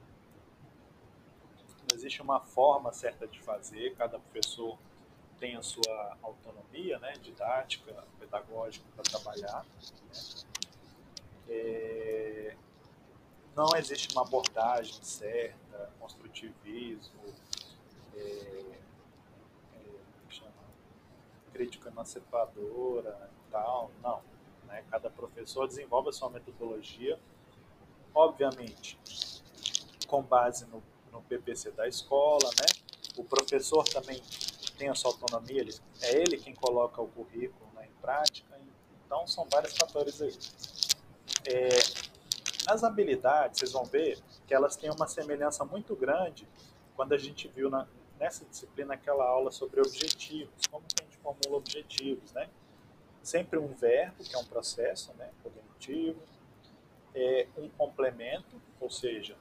Não existe uma forma certa de fazer, cada professor tem a sua autonomia, né, didática, pedagógica para trabalhar. Né? É, não existe uma abordagem certa, construtivismo, é, é, chama, crítica emancipadora e tal, não. Né? Cada professor desenvolve a sua metodologia, obviamente, com base no, no P P C da escola, né? O professor também tem a sua autonomia, ele, é ele quem coloca o currículo, né, em prática, então são vários fatores aí. É, as habilidades, vocês vão ver que elas têm uma semelhança muito grande quando a gente viu na, nessa disciplina aquela aula sobre objetivos, como que a gente formula objetivos, né? Sempre um verbo, que é um processo, né, cognitivo, é um complemento, ou seja,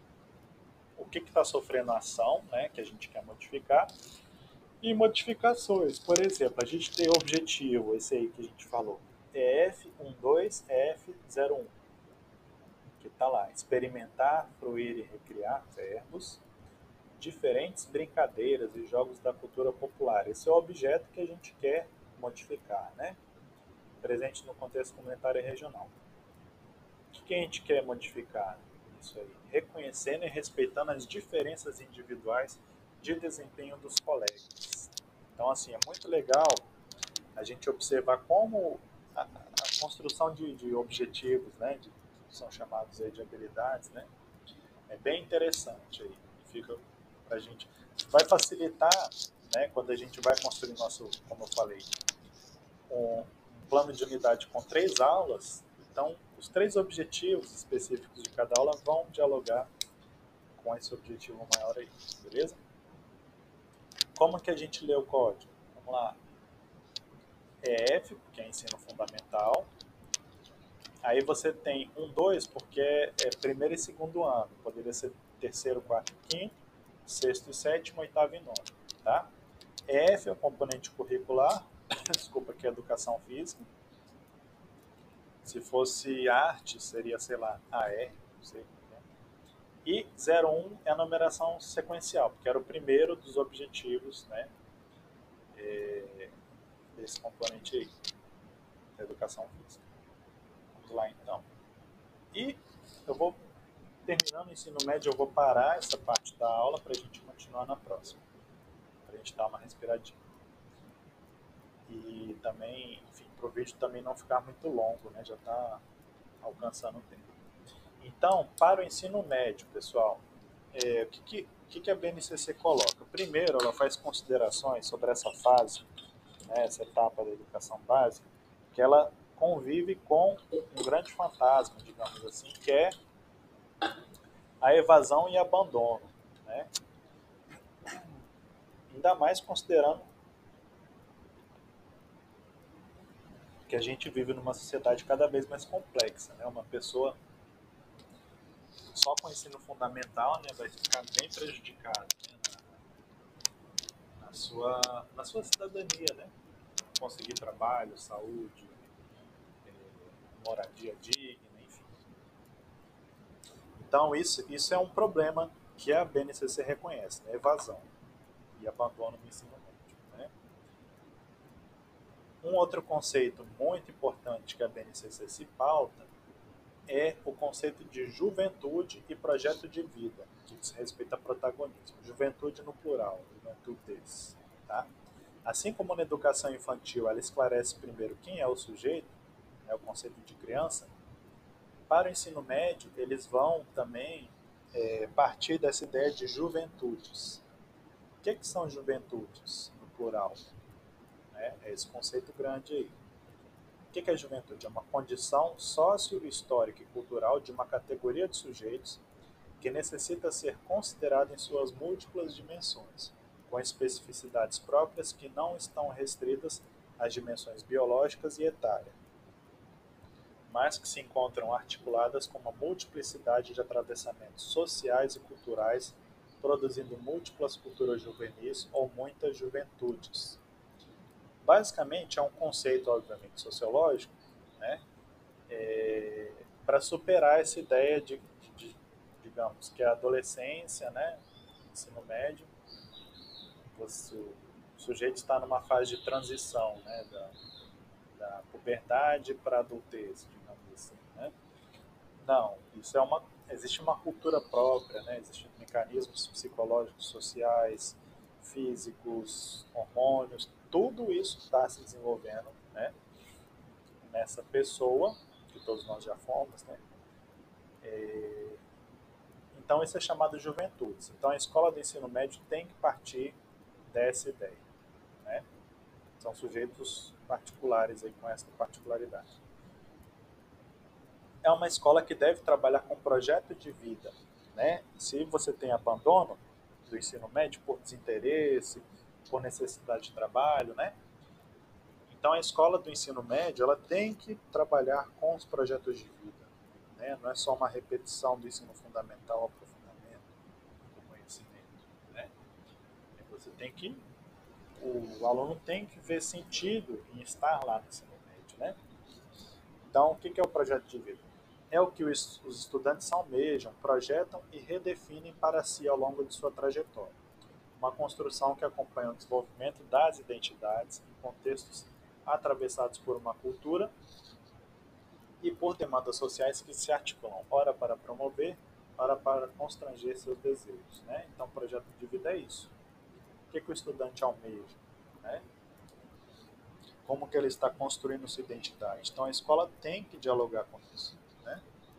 o que está sofrendo a ação, né, que a gente quer modificar, e modificações. Por exemplo, a gente tem o objetivo, esse aí que a gente falou, E F doze, E F zero um, que está lá, experimentar, fruir e recriar verbos, diferentes brincadeiras e jogos da cultura popular. Esse é o objeto que a gente quer modificar, né? Presente no contexto comunitário e regional. O que a gente quer modificar? Isso aí, reconhecendo e respeitando as diferenças individuais de desempenho dos colegas. Então, assim, é muito legal a gente observar como a, a construção de, de objetivos, né, de, que são chamados aí de habilidades, né, é bem interessante aí. Fica pra gente, vai facilitar, né, quando a gente vai construir nosso, como eu falei, um, um plano de unidade com três aulas. Então, os três objetivos específicos de cada aula vão dialogar com esse objetivo maior aí, beleza? Como que a gente lê o código? Vamos lá. E F, que é ensino fundamental. Aí você tem um, dois, porque é, é primeiro e segundo ano. Poderia ser terceiro, quarto e quinto, sexto e sétimo, oitavo e nono, tá? E F é o componente curricular, desculpa, que é educação física. Se fosse arte, seria, sei lá, A R, não sei. Né? E zero um é a numeração sequencial, porque era o primeiro dos objetivos, né, é, desse componente aí, da educação física. Vamos lá então. E eu vou, terminando o ensino médio, eu vou parar essa parte da aula para a gente continuar na próxima, para a gente dar uma respiradinha. E também, enfim, para o vídeo também não ficar muito longo, né, já está alcançando o tempo. Então, para o ensino médio, pessoal, é, o que, que, que a B N C C coloca? Primeiro, ela faz considerações sobre essa fase, né, essa etapa da educação básica, que ela convive com um grande fantasma, digamos assim, que é a evasão e abandono, né? Ainda mais considerando que a gente vive numa sociedade cada vez mais complexa, né? Uma pessoa só com ensino fundamental, né, vai ficar bem prejudicada, né, na, na, sua, na sua cidadania, né? Conseguir trabalho, saúde, moradia digna, enfim. Então, isso, isso é um problema que a B N C C reconhece, né? Evasão e abandono do ensino médio, né? Um outro conceito muito importante que a B N C C se pauta é o conceito de juventude e projeto de vida, que diz respeito a protagonismo. Juventude no plural, juventudes, tá? Assim como na educação infantil ela esclarece primeiro quem é o sujeito, é o conceito de criança, para o ensino médio eles vão também é, partir dessa ideia de juventudes. O que, que são juventudes no plural? É, é esse conceito grande aí. O que, que é juventude? É uma condição sócio-histórica e cultural de uma categoria de sujeitos que necessita ser considerada em suas múltiplas dimensões, com especificidades próprias que não estão restritas às dimensões biológicas e etárias, mas que se encontram articuladas com uma multiplicidade de atravessamentos sociais e culturais, produzindo múltiplas culturas juvenis ou muitas juventudes. Basicamente, é um conceito, obviamente, sociológico, né, é, para superar essa ideia de, de, de, digamos, que a adolescência, né, ensino médio, você, o sujeito está numa fase de transição, né, da, da puberdade para a adultez, digamos assim, né? Não, isso é uma, existe uma cultura própria, né? Existem mecanismos psicológicos, sociais, físicos, hormônios, tudo isso está se desenvolvendo, né, nessa pessoa, que todos nós já fomos, né? É, então isso é chamado de juventudes. Então a escola do ensino médio tem que partir dessa ideia, né? São sujeitos particulares aí com essa particularidade. É uma escola que deve trabalhar com projeto de vida, né? Se você tem abandono do ensino médio por desinteresse, por necessidade de trabalho, né? Então a escola do ensino médio ela tem que trabalhar com os projetos de vida, né? Não é só uma repetição do ensino fundamental ao aprofundamento do conhecimento, né? Você tem que, o aluno tem que ver sentido em estar lá no ensino médio, né? Então o que é o projeto de vida? É o que os estudantes almejam, projetam e redefinem para si ao longo de sua trajetória. Uma construção que acompanha o desenvolvimento das identidades em contextos atravessados por uma cultura e por demandas sociais que se articulam, ora para promover, ora para constranger seus desejos, né? Então, o projeto de vida é isso. O que, que o estudante almeja, né? Como que ele está construindo sua identidade. Então, a escola tem que dialogar com isso, né?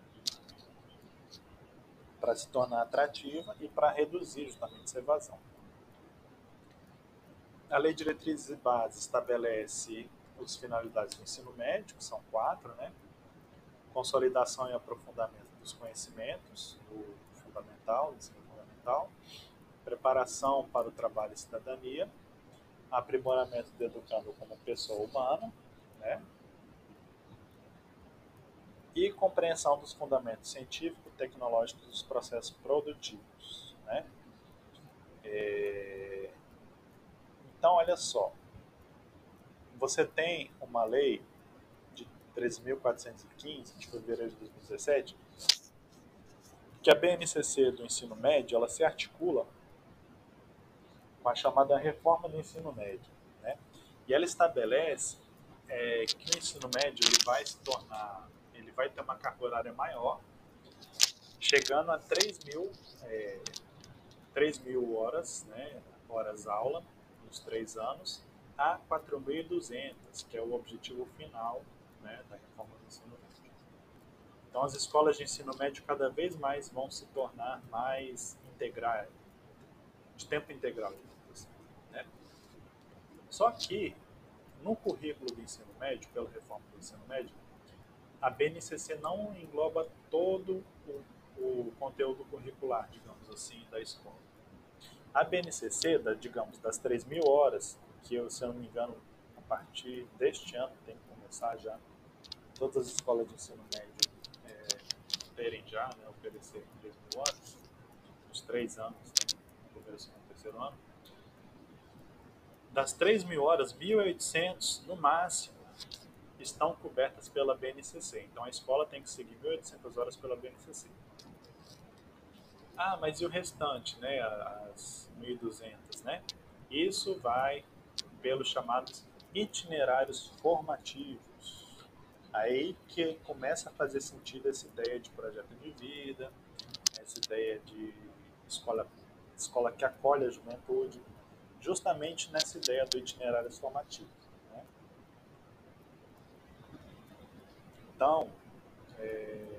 Para se tornar atrativa e para reduzir justamente essa evasão. A Lei de Diretrizes e Bases estabelece as finalidades do ensino médio, que são quatro, né? Consolidação e aprofundamento dos conhecimentos do fundamental, do ensino fundamental, preparação para o trabalho e cidadania, aprimoramento do educando como pessoa humana, né? E compreensão dos fundamentos científico-tecnológicos dos processos produtivos, né? É... Então, olha só, você tem uma lei de treze mil quatrocentos e quinze, de fevereiro de dois mil e dezessete, que a B N C C do ensino médio ela se articula com a chamada reforma do ensino médio, né? E ela estabelece é, que o ensino médio ele vai se tornar, ele vai ter uma carga horária maior, chegando a três mil, é, três mil horas, né, horas aula, nos três anos, a quatro mil e duzentas, que é o objetivo final, né, da reforma do ensino médio. Então, as escolas de ensino médio cada vez mais vão se tornar mais integrais, de tempo integral, assim, né? Só que, no currículo do ensino médio, pela reforma do ensino médio, a B N C C não engloba todo o, o conteúdo curricular, digamos assim, da escola. A B N C C, da, digamos, das três mil horas, que eu, se eu não me engano, a partir deste ano tem que começar já, todas as escolas de ensino médio é, terem já, né, oferecer três mil horas, nos três anos, né, no primeiro, segundo, terceiro ano. Das três mil horas, mil e oitocentos no máximo estão cobertas pela B N C C. Então a escola tem que seguir mil e oitocentas horas pela B N C C. Ah, mas e o restante, né, as mil e duzentas, né? Isso vai pelos chamados itinerários formativos. Aí que começa a fazer sentido essa ideia de projeto de vida, essa ideia de escola, escola que acolhe a juventude, justamente nessa ideia do itinerário formativo, né? Então, é,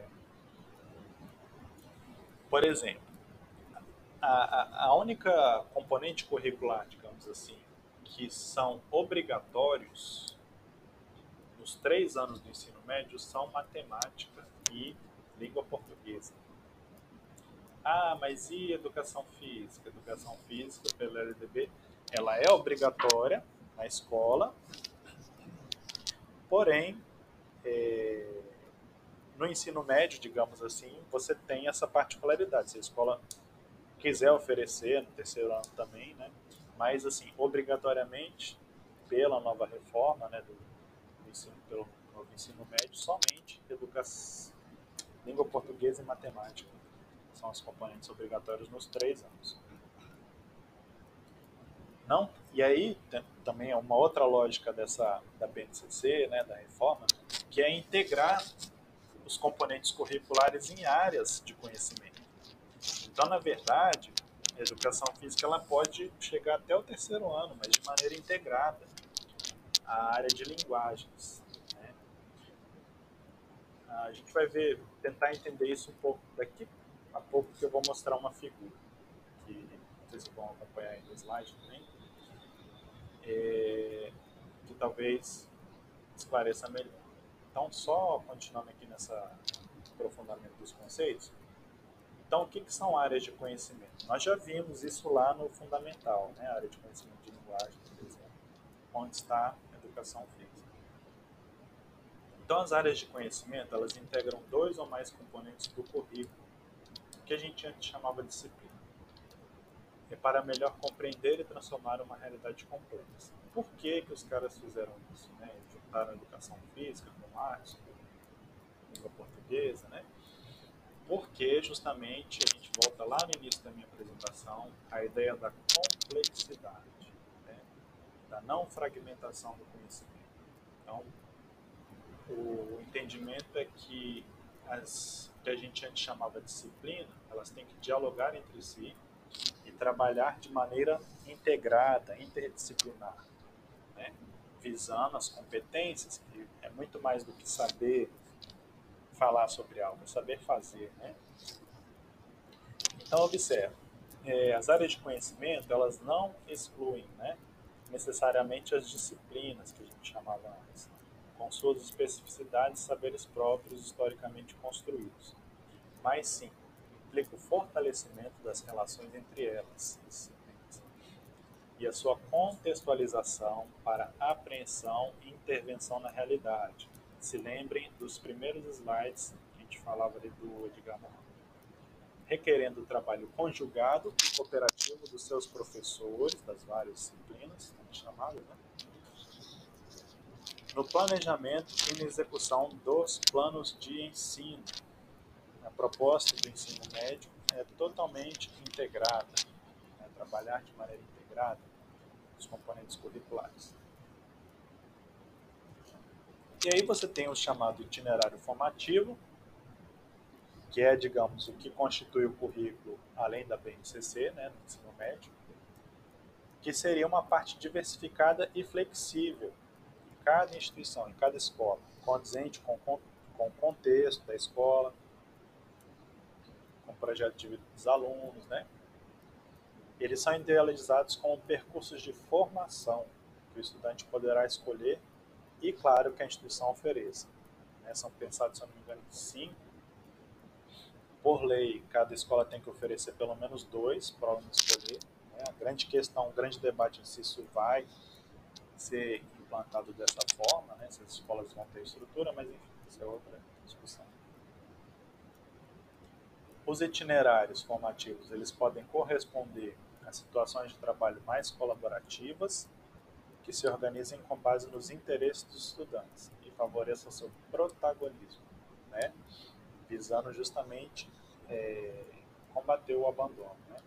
por exemplo, a, a, a única componente curricular, digamos assim, que são obrigatórios nos três anos do ensino médio são matemática e língua portuguesa. Ah, mas e educação física? Educação física, pela L D B, ela é obrigatória na escola, porém, é, no ensino médio, digamos assim, você tem essa particularidade. Se a escola quiser oferecer no terceiro ano também, né? Mas, assim, obrigatoriamente, pela nova reforma, né, do, do ensino, pelo novo ensino médio, somente educação, língua portuguesa e matemática são os componentes obrigatórios nos três anos. Não? E aí tem, também é uma outra lógica dessa da B N C C, né, da reforma, que é integrar os componentes curriculares em áreas de conhecimento. Então, na verdade, a educação física ela pode chegar até o terceiro ano, mas de maneira integrada à área de linguagens, né? A gente vai ver, tentar entender isso um pouco daqui a pouco, que eu vou mostrar uma figura que vocês vão acompanhar aí no slide também, é, que talvez esclareça melhor. Então, só continuando aqui nessa aprofundamento dos conceitos. Então, o que, que são áreas de conhecimento? Nós já vimos isso lá no fundamental, né? A área de conhecimento de linguagem, por exemplo, onde está a educação física. Então, as áreas de conhecimento, elas integram dois ou mais componentes do currículo, que a gente antes chamava de disciplina. É para melhor compreender e transformar uma realidade complexa. Por que que os caras fizeram isso, né? Juntaram a educação física com arte, com língua portuguesa, né? Porque justamente a gente volta lá no início da minha apresentação a ideia da complexidade, né? Da não fragmentação do conhecimento. Então, o entendimento é que as que a gente antes chamava de disciplina, elas têm que dialogar entre si e trabalhar de maneira integrada, interdisciplinar, né? Visando as competências, que é muito mais do que saber falar sobre algo, é saber fazer, né? Então, observe, é, as áreas de conhecimento, elas não excluem, né, necessariamente as disciplinas que a gente chamava antes, com suas especificidades e saberes próprios historicamente construídos, mas sim, implica o fortalecimento das relações entre elas, disciplinas, e a sua contextualização para apreensão e intervenção na realidade. Se lembrem dos primeiros slides que a gente falava ali do Edgar Morin. Requerendo o trabalho conjugado e cooperativo dos seus professores, das várias disciplinas, como chamadas, né? No planejamento e na execução dos planos de ensino. proposta do ensino médio é totalmente integrada, né? Trabalhar de maneira integrada os componentes curriculares. E aí você tem o chamado itinerário formativo, que é, digamos, o que constitui o currículo além da B N C C, né, no ensino médio, que seria uma parte diversificada e flexível em cada instituição, em cada escola, condizente com, com, com o contexto da escola, com o projeto de vida dos alunos, né? Eles são idealizados como percursos de formação que o estudante poderá escolher e, claro, que a instituição ofereça. Né? São pensados, se eu não me engano, em cinco. Por lei, cada escola tem que oferecer pelo menos dois para o aluno escolher. Né? A grande questão, um grande debate se isso vai ser implantado dessa forma, né? Se as escolas vão ter estrutura, mas enfim, isso é outra discussão. Os itinerários formativos, eles podem corresponder a situações de trabalho mais colaborativas, que se organizem com base nos interesses dos estudantes e favoreçam seu protagonismo, né? Visando justamente é, combater o abandono. Né?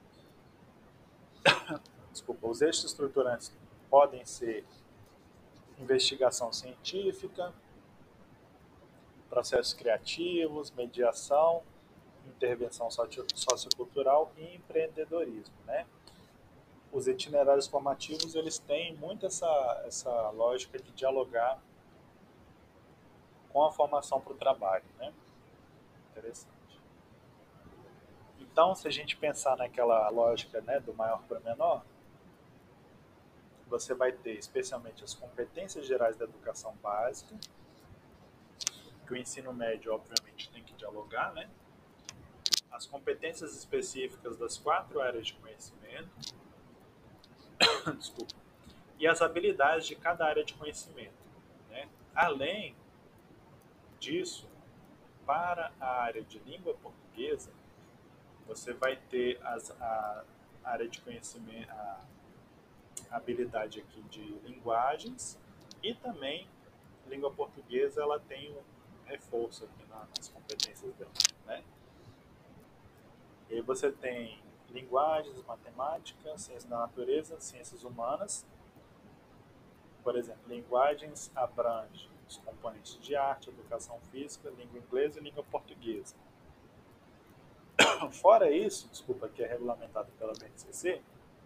Desculpa, os eixos estruturantes podem ser investigação científica, processos criativos, mediação, intervenção sociocultural e empreendedorismo, né? Os itinerários formativos, eles têm muito essa, essa lógica de dialogar com a formação para o trabalho, né? Interessante. Então, se a gente pensar naquela lógica, né, do maior para menor, você vai ter especialmente as competências gerais da educação básica, que o ensino médio, obviamente, tem que dialogar, né? As competências específicas das quatro áreas de conhecimento, desculpa, e as habilidades de cada área de conhecimento, né? Além disso, para a área de língua portuguesa, você vai ter as, a área de conhecimento, a habilidade aqui de linguagens e também língua portuguesa, ela tem um reforço aqui nas competências dela, né? E aí você tem linguagens, matemática, ciência da natureza, ciências humanas. Por exemplo, linguagens abrange os componentes de arte, educação física, língua inglesa e língua portuguesa. Fora isso, desculpa, que é regulamentado pela B N C C,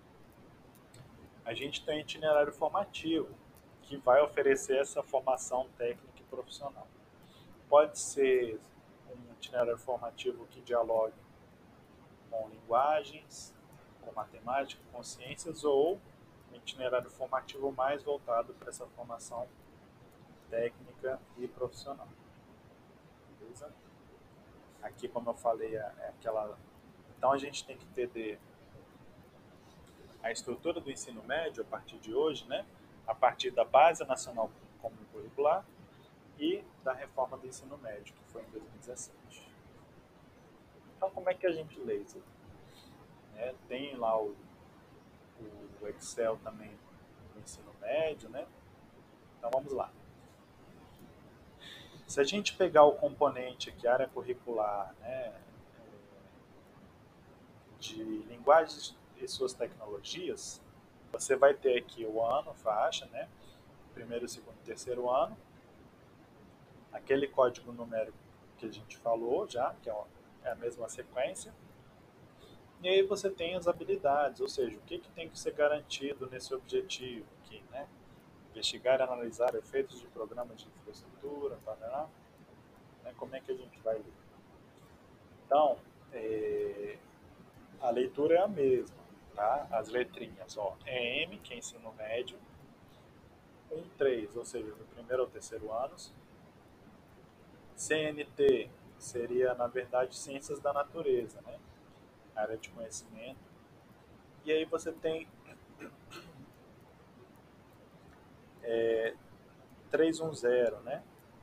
a gente tem itinerário formativo, que vai oferecer essa formação técnica e profissional. Pode ser um itinerário formativo que dialogue com linguagens, com matemática, com ciências, ou um itinerário formativo mais voltado para essa formação técnica e profissional. Beleza? Aqui, como eu falei, é aquela... Então, a gente tem que entender a estrutura do ensino médio a partir de hoje, né? A partir da Base Nacional Comum Curricular e da reforma do ensino médio, que foi em dois mil e dezessete. Então, como é que a gente lê isso? É, tem lá o, o Excel também do ensino médio, né? Então, vamos lá. Se a gente pegar o componente aqui, área curricular, né, de linguagens e suas tecnologias, você vai ter aqui o ano, faixa, né? Primeiro, segundo e terceiro ano. Aquele código numérico que a gente falou já, que é a mesma sequência. E aí você tem as habilidades, ou seja, o que, que tem que ser garantido nesse objetivo aqui, né? Investigar e analisar efeitos de programas de infraestrutura, tarará, né? Como é que a gente vai ler? Então, é, a leitura é a mesma, tá? As letrinhas, ó, E M, que é ensino médio, um, três, ou seja, do primeiro ao terceiro anos. C N T seria, na verdade, ciências da natureza, né? Área de conhecimento. E aí você tem é, trezentos e dez, né?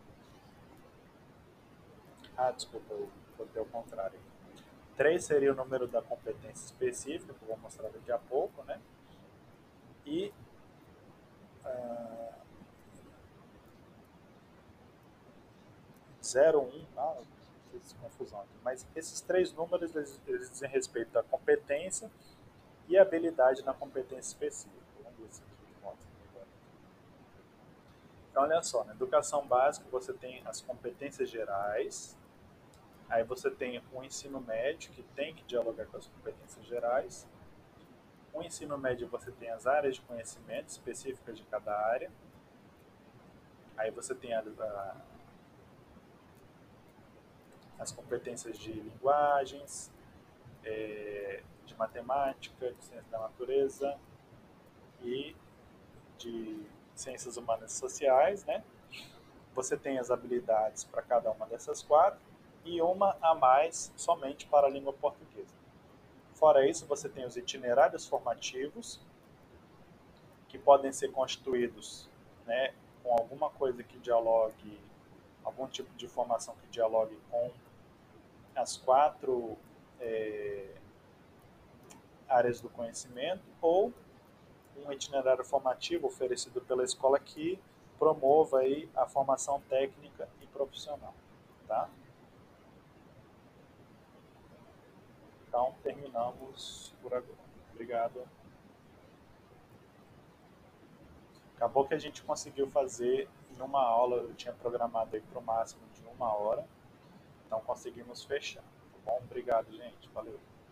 Ah, desculpa, eu botei ao contrário. três seria o número da competência específica, que eu vou mostrar daqui a pouco, né? E ah, zero um, ah, fiz confusão aqui. Mas esses três números, eles, eles dizem respeito à competência e habilidade na competência específica. Vamos ver se aqui mostra agora. Então, olha só, na educação básica você tem as competências gerais, aí você tem o ensino médio, que tem que dialogar com as competências gerais. No ensino médio você tem as áreas de conhecimento específicas de cada área. Aí você tem a, a, as competências de linguagens, é, de matemática, de ciência da natureza e de ciências humanas e sociais, né? Você tem as habilidades para cada uma dessas quatro e uma a mais somente para a língua portuguesa. Fora isso, você tem os itinerários formativos, que podem ser constituídos, né, com alguma coisa que dialogue, algum tipo de informação que dialogue com as quatro é, áreas do conhecimento, ou um itinerário formativo oferecido pela escola que promova aí a formação técnica e profissional. Tá? Então, terminamos por agora. Obrigado. Acabou que a gente conseguiu fazer em uma aula, eu tinha programado aí para o máximo de uma hora, então conseguimos fechar. Tá bom? Obrigado, gente. Valeu.